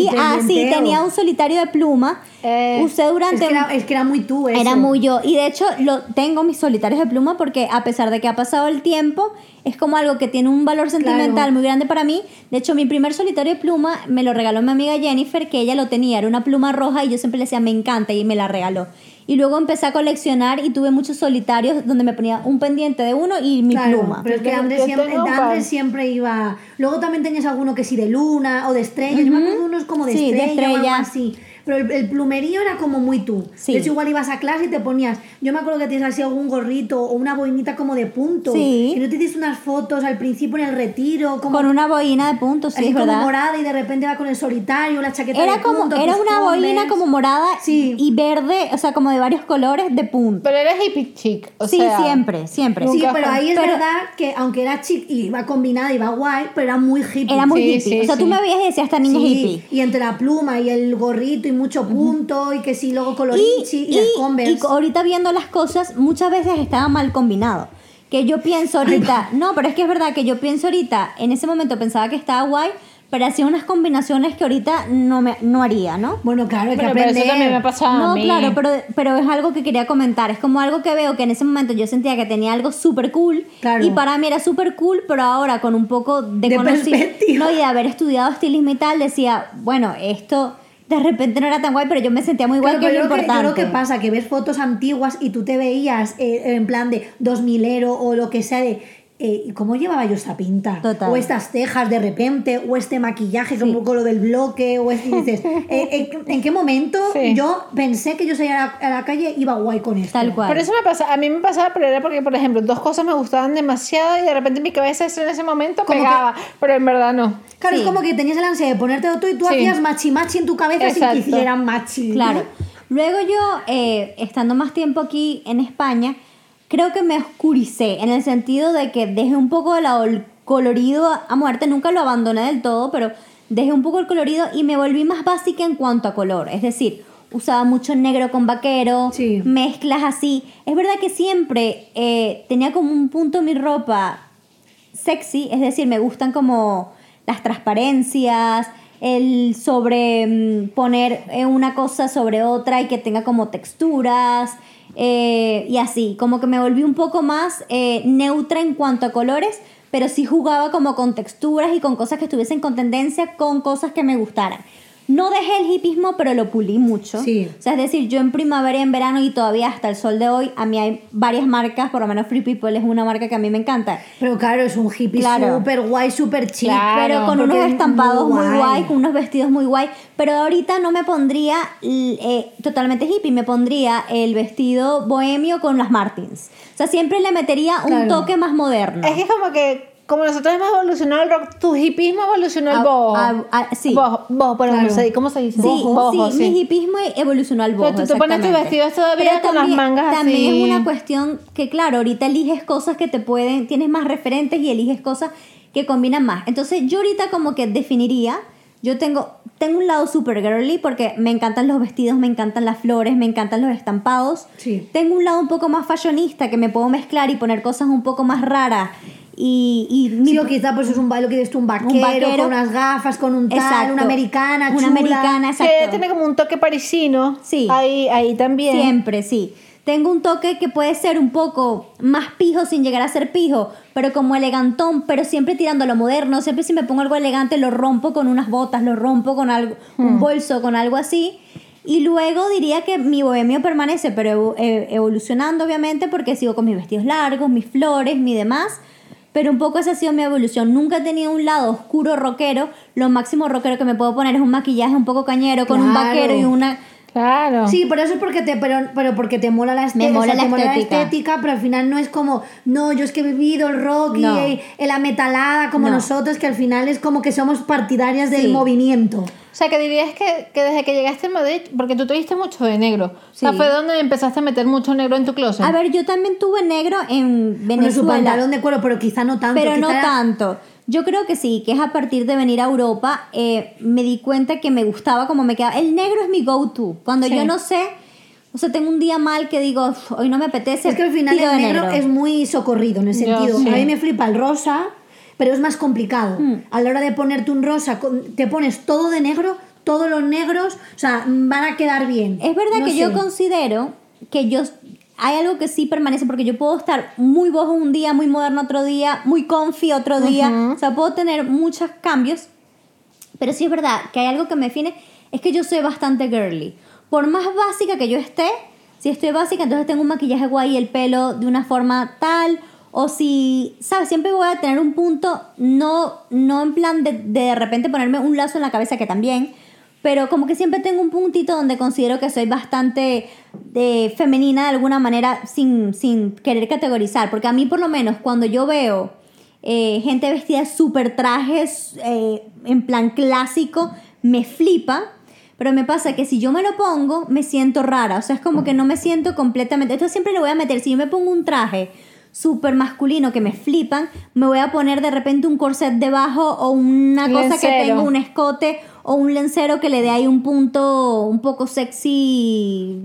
sí, tenía un solitario de pluma. Usé durante...
Es que era muy tú eso.
Era muy yo. Y de hecho, tengo mis solitarios de pluma porque a pesar de que ha pasado el tiempo, es como algo que tiene un valor sentimental muy grande para mí. De hecho, mi primer solitario de pluma me lo regaló mi amiga Jennifer, que ella lo tenía. Era una pluma roja y yo siempre le decía, me encanta, y me la regaló. Y luego empecé a coleccionar y tuve muchos solitarios donde me ponía un pendiente de uno y mi pluma.
Pero es que Andrés siempre iba... Luego también tenías alguno que sí de luna o de estrella. Yo me acuerdo de unos como de estrella o algo así. Pero el plumerío era como muy tú.
Sí.
De hecho, igual ibas a clase y te ponías... Yo me acuerdo que tienes así algún gorrito o una boinita como de punto.
Sí.
Y no te hiciste unas fotos al principio en el retiro. Como,
con una boina de puntos, sí,
así
es
como
verdad.
morada y de repente va con el solitario, la chaqueta de punto.
Era una boina como morada y verde, o sea, como de varios colores de punto.
Pero era hippie chic,
sí, siempre.
Sí, pero ahí es verdad que aunque era chic y iba combinada y iba guay, pero era muy hippie.
Era muy hippie. O sea, tú me veías y decías, esta niña es hippie.
Y entre la pluma y el gorrito y mucho punto y que sí, luego colorinchi y las Converse.
Y ahorita viendo las cosas, muchas veces estaba mal combinado. Que yo pienso ahorita, pero es que es verdad que yo pienso ahorita, en ese momento pensaba que estaba guay, pero hacía unas combinaciones que ahorita no haría, ¿no?
Bueno, claro, hay que aprender.
Pero eso también me ha pasado a mí.
Claro, pero es algo que quería comentar. Es como algo que veo que en ese momento yo sentía que tenía algo súper cool.
Claro.
Y para mí era súper cool, pero ahora con un poco de
perspectiva.
Y de haber estudiado estilismo y tal, decía, bueno, esto... de repente no era tan guay, pero yo me sentía muy guay, que es lo importante.
Yo creo que pasa, que ves fotos antiguas y tú te veías en plan de 2000ero o lo que sea, ¿y cómo llevaba yo esta pinta?
Total.
O estas cejas de repente, o este maquillaje, como con lo del bloque, y dices, ¿en qué momento yo pensé que yo salía a la calle iba guay con esto?
Tal cual.
Por eso a mí me pasaba, pero era porque, por ejemplo, dos cosas me gustaban demasiado y de repente mi cabeza en ese momento
Como
pegaba, pero en verdad no.
Claro,
Sí.
es como que tenías el ansia de ponértelo tú y tú hacías machi en tu cabeza sin
Exacto.
que hicieran machi.
Claro. Luego yo, estando más tiempo aquí en España, creo que me oscuricé en el sentido de que dejé un poco de lado el colorido a muerte. Nunca lo abandoné del todo, pero dejé un poco el colorido y me volví más básica en cuanto a color. Es decir, usaba mucho negro con vaquero,
Sí.
mezclas así. Es verdad que siempre tenía como un punto en mi ropa sexy, es decir, me gustan como las transparencias, el poner una cosa sobre otra y que tenga como texturas y así, como que me volví un poco más neutra en cuanto a colores, pero sí jugaba como con texturas y con cosas que estuviesen con tendencia, con cosas que me gustaran. No dejé el hipismo, pero lo pulí mucho.
Sí.
O sea, es decir, yo en primavera y en verano y todavía hasta el sol de hoy, a mí hay varias marcas, por lo menos Free People es una marca que a mí me encanta.
Pero claro, es un hippie
Claro.
súper guay, súper chic.
Claro.
Pero con
porque
unos
es
estampados muy
guay.
guay, con unos vestidos muy guay. Pero ahorita no me pondría totalmente hippie, me pondría el vestido bohemio con las Martins. O sea, siempre le metería un
Claro.
toque más moderno.
Es que es como que, como nosotros hemos evolucionado el rock, tu hipismo evolucionó el boho.
Sí.
Boho, pero
Claro.
¿cómo se dice?
Sí,
Boho,
sí, mi hipismo evolucionó al boho.
Pero tú te pones tus
exactamente.
vestidos todavía
Pero
con las mangas
también
así.
es una cuestión que, claro, ahorita eliges cosas que tienes más referentes y eliges cosas que combinan más. Entonces, yo ahorita como que definiría, yo tengo un lado super girly porque me encantan los vestidos, me encantan las flores, me encantan los estampados.
Sí.
Tengo un lado un poco más fashionista que me puedo mezclar y poner cosas un poco más raras.
Sí, o quizá pues es un bailo que eres tú, un vaquero con unas gafas, con un tal,
Exacto.
una americana chula.
Una americana, exacto.
Que tiene como un toque parisino.
Sí.
Ahí también.
Siempre, sí. Tengo un toque que puede ser un poco más pijo sin llegar a ser pijo, pero como elegantón, pero siempre tirando a lo moderno. Siempre si me pongo algo elegante lo rompo con unas botas, lo rompo con algo, un bolso, con algo así. Y luego diría que mi bohemio permanece, pero evolucionando obviamente porque sigo con mis vestidos largos, mis flores, mi demás. Pero un poco esa ha sido mi evolución. Nunca he tenido un lado oscuro rockero. Lo máximo rockero que me puedo poner es un maquillaje un poco cañero con un
Claro.
vaquero y una...
Claro.
Sí, pero eso es porque pero porque te mola la
Me
estética,
mola la
te mola la
estética.
estética, pero al final no es como, no, yo es que he vivido el rock
No.
y la metalada como
No.
nosotros, que al final es como que somos partidarias del
Sí.
movimiento.
O sea, que dirías que desde que llegaste a Madrid, porque tú tuviste mucho de negro.
Sí.
O sea, fue donde empezaste a meter mucho negro en tu closet.
A ver, yo también tuve negro en
Bueno, su
Venezuela.
pantalón de cuero, pero quizá no tanto.
Pero no
quizá era-
tanto. Yo creo que sí, que es a partir de venir a Europa, me di cuenta que me gustaba como me quedaba. El negro es mi go-to. Cuando
Sí.
yo no sé, o sea, tengo un día mal que digo, "Uf, hoy no me apetece".
Es que al final
tiro
el
de
negro es muy socorrido en el
Yo
sentido.
sí.
A mí me flipa el rosa, pero es más complicado. A la hora de ponerte un rosa, te pones todo de negro, todos los negros, o sea, van a quedar bien.
Es verdad
No
que
sé.
yo considero que hay algo que sí permanece porque yo puedo estar muy boho un día, muy moderno otro día, muy comfy otro día. O sea, puedo tener muchos cambios. Pero sí es verdad que hay algo que me define, es que yo soy bastante girly. Por más básica que yo esté, si estoy básica, entonces tengo un maquillaje guay, el pelo de una forma tal, o si, ¿sabes? Siempre voy a tener un punto, no en plan de repente ponerme un lazo en la cabeza, que también, pero como que siempre tengo un puntito donde considero que soy bastante femenina de alguna manera sin querer categorizar, porque a mí por lo menos cuando yo veo gente vestida de súper trajes en plan clásico, me flipa. Pero me pasa que si yo me lo pongo, me siento rara. O sea, es como que no me siento completamente... Esto siempre lo voy a meter. Si yo me pongo un traje súper masculino que me flipan, me voy a poner de repente un corset debajo o una cosa que
Lencero.
tenga un escote o un lencero que le dé ahí un punto un poco sexy,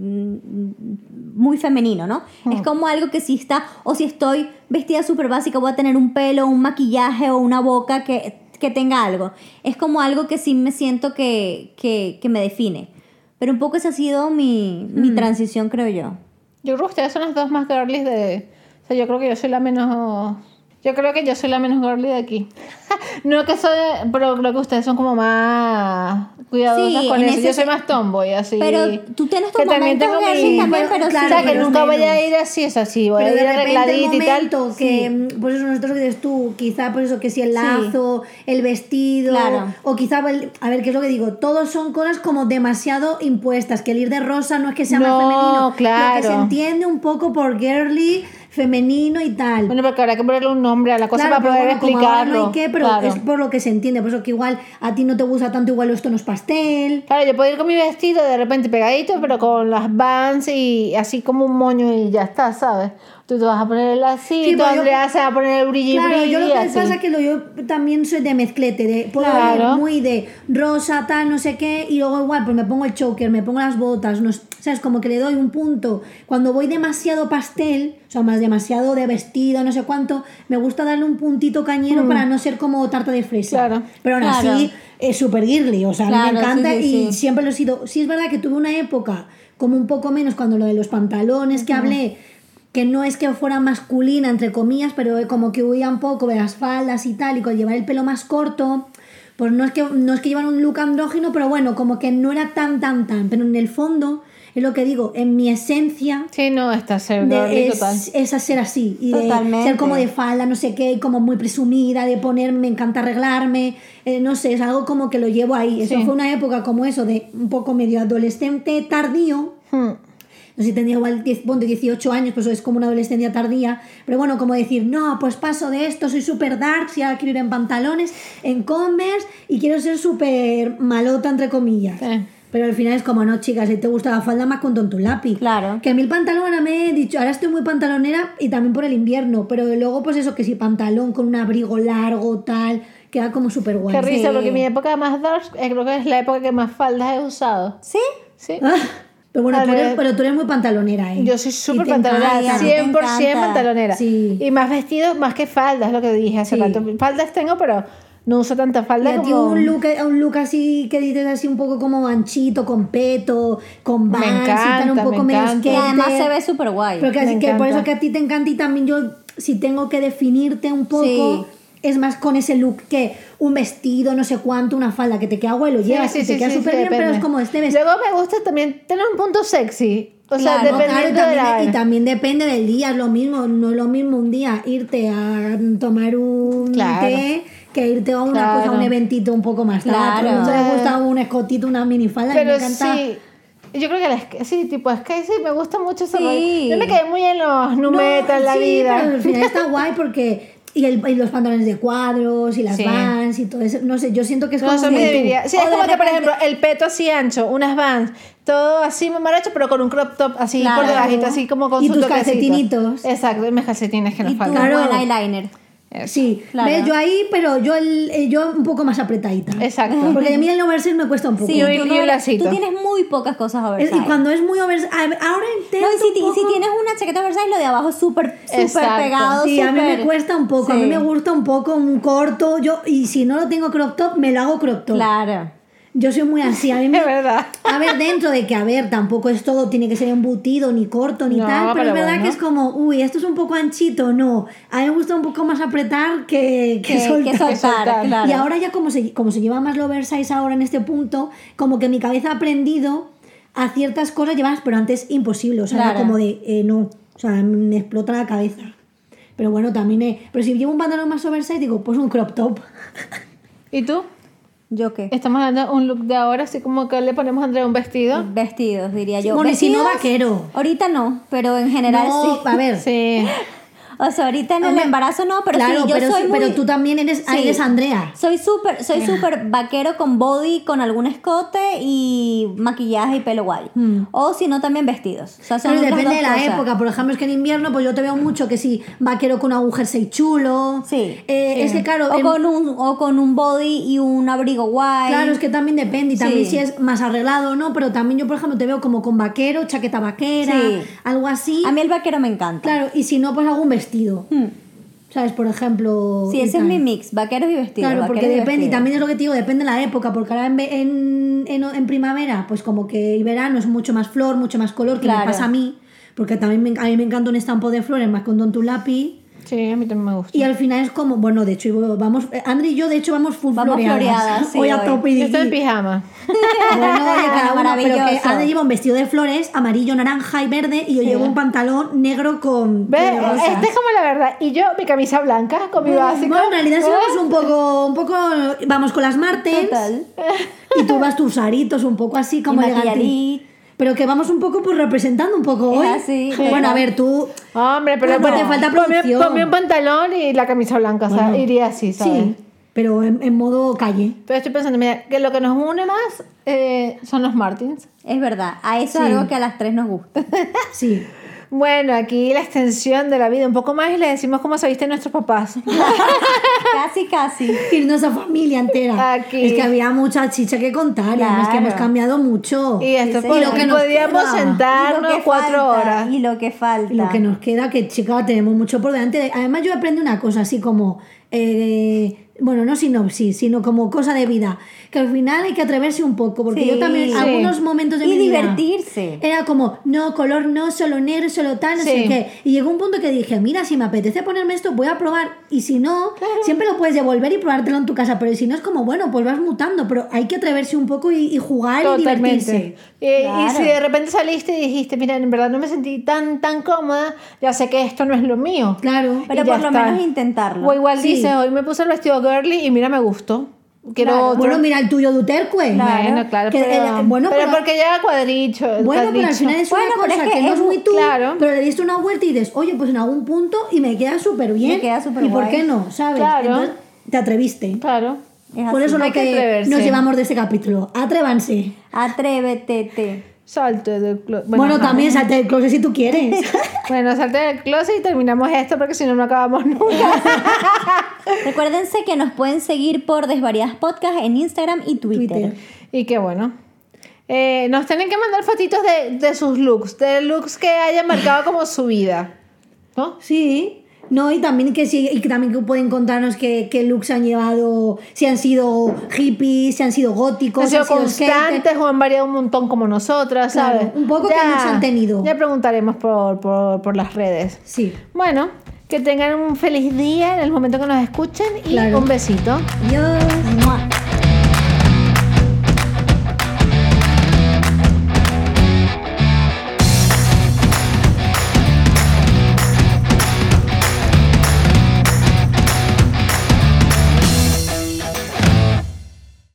muy femenino, ¿no? Es como algo que si está... O si estoy vestida súper básica, voy a tener un pelo, un maquillaje o una boca que tenga algo. Es como algo que sí me siento que me define. Pero un poco esa ha sido mi transición, creo yo.
Yo creo que ustedes son las dos más girlies de... O sea, yo creo que yo soy la menos... Yo creo que yo soy la menos girly de aquí. No que soy... Pero creo que ustedes son como más... cuidadosas
Sí,
con
en
eso.
ese
Yo soy
se-
más tomboy, así.
Pero tú tienes tus
que también
momentos
tengo
girly
mi...
también, pero
claro,
o sea, que
pero
nunca voy a
menos.
ir así, es así, voy
Pero
a
de
ir
repente el
arregladita y tal.
momento que, pues eso, nosotros que dices tú, quizá pues eso, que si el
Sí.
lazo, el vestido,
Claro.
o quizá, a ver, ¿qué es lo que digo? Todos son cosas como demasiado impuestas, que el ir de rosa no es que sea
No,
más femenino,
claro.
lo que se entiende un poco por girly, femenino y tal.
Bueno, porque habrá que ponerle un nombre a la cosa
Claro,
para poder
pero bueno, como ahora
explicarlo.
no hay que, pero
Claro.
es por lo que se entiende, por eso que igual a ti no te gusta tanto, igual esto no es pastel.
Claro, yo puedo ir con mi vestido de repente pegadito, pero con las Vans y así como un moño y ya está, ¿sabes? Tú te vas a poner el lacito,
Sí, pero yo-
Andrea se va a poner el brillo
Claro, yo lo que me
así.
pasa es que yo también soy de mezclete, puedo
Claro.
ir muy de rosa, tal, no sé qué, y luego igual pues me pongo el choker, me pongo las botas, no, ¿sabes? Como que le doy un punto. Cuando voy demasiado pastel, o sea, más demasiado de vestido, no sé cuánto, me gusta darle un puntito cañero para no ser como tarta de fresa.
Claro.
Pero aún
Claro.
así es súper girly, o sea, a mí
Claro,
me encanta
sí, sí,
y
sí.
siempre lo he sido. Sí es verdad que tuve una época como un poco menos cuando lo de los pantalones que hablé, que no es que fuera masculina, entre comillas, pero como que huía un poco de las faldas y tal, y con llevar el pelo más corto, pues no es que llevan un look andrógino, pero bueno, como que no era tan, pero en el fondo, es lo que digo, en mi esencia
Sí, no, está ser girly total.
es a ser así, y de
Totalmente.
ser como de falda, no sé qué, y como muy presumida, de ponerme, me encanta arreglarme, no sé, es algo como que lo llevo ahí. Eso
Sí.
fue una época como eso, de un poco medio adolescente tardío, no sé si tenía igual 18 años, pues es como una adolescencia tardía, pero bueno, como decir, no, pues paso de esto, soy súper dark, y ahora quiero ir en pantalones, en Converse, y quiero ser súper malota, entre comillas.
Sí.
Pero al final es como, no, chicas, si te gusta la falda, más con un lápiz.
Claro.
Que a mí el pantalón ahora me he dicho, ahora estoy muy pantalonera y también por el invierno, pero luego pues eso, que si pantalón con un abrigo largo, tal, queda como súper guay.
Qué risa,
Sí.
porque mi época más dark creo que es la época que más faldas he usado.
¿Sí?
Sí.
Ah, pero bueno,
A ver.
pero tú eres muy pantalonera, ¿eh?
Yo soy
Y
súper
te
pantalonera,
encanta.
a mí me
100%
encanta.
pantalonera.
Sí.
Y más vestidos, más que faldas, lo que dije hace
Sí.
rato. Faldas tengo, pero no uso tanta
Y
falda
a ti
como...
un look así que dices así un poco como anchito, con peto, con Vans y tal,
encanta,
un poco
me
medio
encanta.
Y
skater.
además se ve súper guay.
Pero que,
Me
así que por
encanta.
eso que a ti te encanta y también yo, si tengo que definirte un poco,
Sí.
es más con ese look que un vestido, no sé cuánto, una falda que te queda guay, lo llevas y te queda súper bien, pero
depende.
es como este vestido.
Luego me gusta también tener un punto sexy. O sea,
Claro,
dependiendo de la
y
hora.
también depende del día, es lo mismo, no es lo mismo un día irte a tomar un
Claro.
té que irte a una
Claro.
cosa, a un eventito un poco más
Claro.
tarde. A mí me gusta un escotito, una minifalda, y me
Pero
encanta.
sí, yo creo que sí, tipo skate, sí, me gusta mucho ese
Sí.
rollo. Yo me quedé muy en los
No,
numetas la
sí,
vida.
pero al final está guay porque y los pantalones de cuadros y las
Sí.
Vans y todo eso, no sé, yo siento que es
No,
como
eso me
muy tú.
debería. Sí,
O
es
de
como que, por
repente-
ejemplo, el peto así ancho, unas Vans, todo así muy mal hecho, pero con un crop top así
Claro.
por debajito, así como con
Y
su
tus
toquecito.
calcetinitos.
Exacto, y mis calcetines que nos
Y tu
faltan.
Claro.
buen eyeliner.
Sí,
Claro.
¿ves? Yo ahí, pero yo un poco más apretadita.
Exacto.
Porque a mí el oversize me cuesta un poco.
Sí,
Y un-
tú,
y un lacito.
tú tienes muy pocas cosas oversize.
Y cuando es muy oversize, ahora intento
No, y si,
un poco.
si tienes una chaqueta oversize, lo de abajo es súper
Exacto.
pegado.
Sí, a mí me
súper-
cuesta un poco, a mí
Sí.
me gusta un poco un corto, y si no lo tengo crop top, me lo hago crop top.
Claro.
Yo soy muy así, a mí me...
Es verdad.
A ver, dentro de que, a ver, tampoco es todo, tiene que ser embutido, ni corto, ni
No,
tal, pero es
pero
verdad
bueno.
que es como, uy, esto es un poco anchito, no. A mí me gusta un poco más apretar que soltar.
Que soltar, claro.
Y ahora ya como se lleva más lo oversize ahora en este punto, como que mi cabeza ha aprendido a ciertas cosas llevadas, pero antes imposible, o sea, era
Claro.
como de, no, o sea, me explota la cabeza. Pero bueno, también, pero si llevo un pantalón más oversize, digo, pues un crop top.
¿Y tú?
¿Yo qué?
Estamos hablando de un look de ahora, así como que le ponemos a Andrea un vestido.
Vestidos, diría yo.
Bueno, y si no,
¿Vestidos?
vaquero.
Ahorita no, pero en general
No,
sí.
a ver.
Sí.
O sea, ahorita en el
Hombre,
embarazo no, pero
claro,
sí, yo
pero,
soy muy...
pero tú también eres Andrea.
Soy súper vaquero con body, con algún escote y maquillaje y pelo guay. O si no, también vestidos. O sea, son
Pero
las
depende de
dos
la
cosas.
época. Por ejemplo, es que en invierno, pues yo te veo mucho que si vaquero con algún jersey chulo.
Sí.
Es que claro,
O con un body y un abrigo guay.
claro, es que también depende. Y también
Sí.
si es más arreglado o no. Pero también yo, por ejemplo, te veo como con vaquero, chaqueta vaquera,
Sí.
algo así.
A mí el vaquero me encanta.
Claro, y si no, pues algún vestido. ¿Sabes? Por ejemplo.
Sí,
y
ese es
tal.
mi mix, vaqueros y vestidos.
Claro, porque
vaqueros y
depende, y
vestidos.
también es lo que te digo, depende de la época, porque ahora en primavera, pues como que y verano es mucho más flor, mucho más color, que me
Claro.
pasa a mí, porque también a mí me encanta un estampo de flores más con Don Tu Lápiz,
Sí, a mí también me gusta.
Y al final es como, bueno, de hecho, vamos, Andri y yo, de hecho, vamos full
Vamos floreadas, sí,
hoy a
hoy.
tope
Yo estoy en
y
pijama.
bueno, oye, cada uno, pero que
Maravilloso.
Andri lleva un vestido de flores, amarillo, naranja y verde, y yo llevo un pantalón negro con
¿Ves?
rosas.
Esta es como la verdad. Y yo, mi camisa blanca con mi básico.
Bueno, en realidad sí vamos un poco, vamos con las Martens,
Total.
y tú vas tus aritos un poco así como
Y
elegante.
maquilladit.
Pero que vamos un poco pues representando un poco
Es
hoy.
así,
Bueno,
total.
a ver, tú...
Hombre, pero
Pues te falta producción.
ponme un pantalón y la camisa blanca, o sea,
Bueno,
iría así, ¿sabes?
Sí, pero en modo calle.
Pero estoy pensando, mira, que lo que nos une más son los Martins.
Es verdad, a eso es
Sí.
algo que a las tres nos gusta.
Sí.
Bueno, aquí la extensión de la vida un poco más y le decimos cómo se visten nuestros papás.
Casi.
Irnos a familia entera.
Aquí.
Es que había mucha chicha que contar y además que
Claro.
hemos cambiado mucho.
Y esto
Sí,
por
sí.
lo que
nos
podíamos
queda.
sentarnos 4 horas.
Y lo que falta.
Y lo que nos queda, que chica, tenemos mucho por delante. Además, yo aprendí una cosa así como, bueno, no sinopsis, sino como cosa de vida, que al final hay que atreverse un poco, porque
Sí.
yo también,
Sí.
algunos momentos de
Y
mi vida,
divertirse.
era como, no, color no, solo negro, solo tal, no
Sí.
sé qué. Y llegó un punto que dije, mira, si me apetece ponerme esto, voy a probar. Y si no, siempre lo puedes devolver y probártelo en tu casa. Pero si no, es como, bueno, pues vas mutando. Pero hay que atreverse un poco y jugar y divertirse.
Totalmente. Y
Claro.
si de repente saliste y dijiste, mira, en verdad no me sentí tan cómoda, ya sé que esto no es lo mío.
Claro.
Pero
Y ya
por lo
está.
menos intentarlo.
O igual
Sí.
dices, hoy me puse el vestido girly y mira, me gustó. Quiero
Claro.
otro.
Bueno, mira el tuyo Duterque.
Bueno, claro,
Que,
pero,
bueno,
pero
pero-
porque lleva cuadricho.
Bueno, pero al final es una
Bueno, pero
cosa
es
que,
que
no es
es
muy tú,
claro.
pero le diste una vuelta y dices, oye, pues en algún punto y me queda súper bien.
Me queda súper
¿Y por
guay.
qué no? ¿Sabes?
Claro.
Entonces te atreviste.
Claro.
Es
Por
así.
eso lo
Hay que
que
atreverse.
nos llevamos de este capítulo. Atrévanse.
Atrévete.
Salte del closet.
Bueno, también salte del closet si tú quieres.
Bueno, salte del closet y terminamos esto porque si no, no acabamos nunca.
Recuérdense que nos pueden seguir por Desvariadas Podcast en Instagram y Twitter.
Y qué bueno. Nos tienen que mandar fotitos de sus looks, de looks que hayan marcado como su vida. ¿No?
Sí. No, y también que sí, y que también que pueden contarnos qué looks han llevado, si han sido hippies, si han sido góticos,
Han sido
si han sido
constantes
skater.
o han variado un montón como nosotras,
Claro,
¿sabes?
un poco qué looks han tenido.
Ya preguntaremos por las redes.
Sí.
Bueno, que tengan un feliz día en el momento que nos escuchen y
Claro.
un besito.
Adiós.
¡Mua!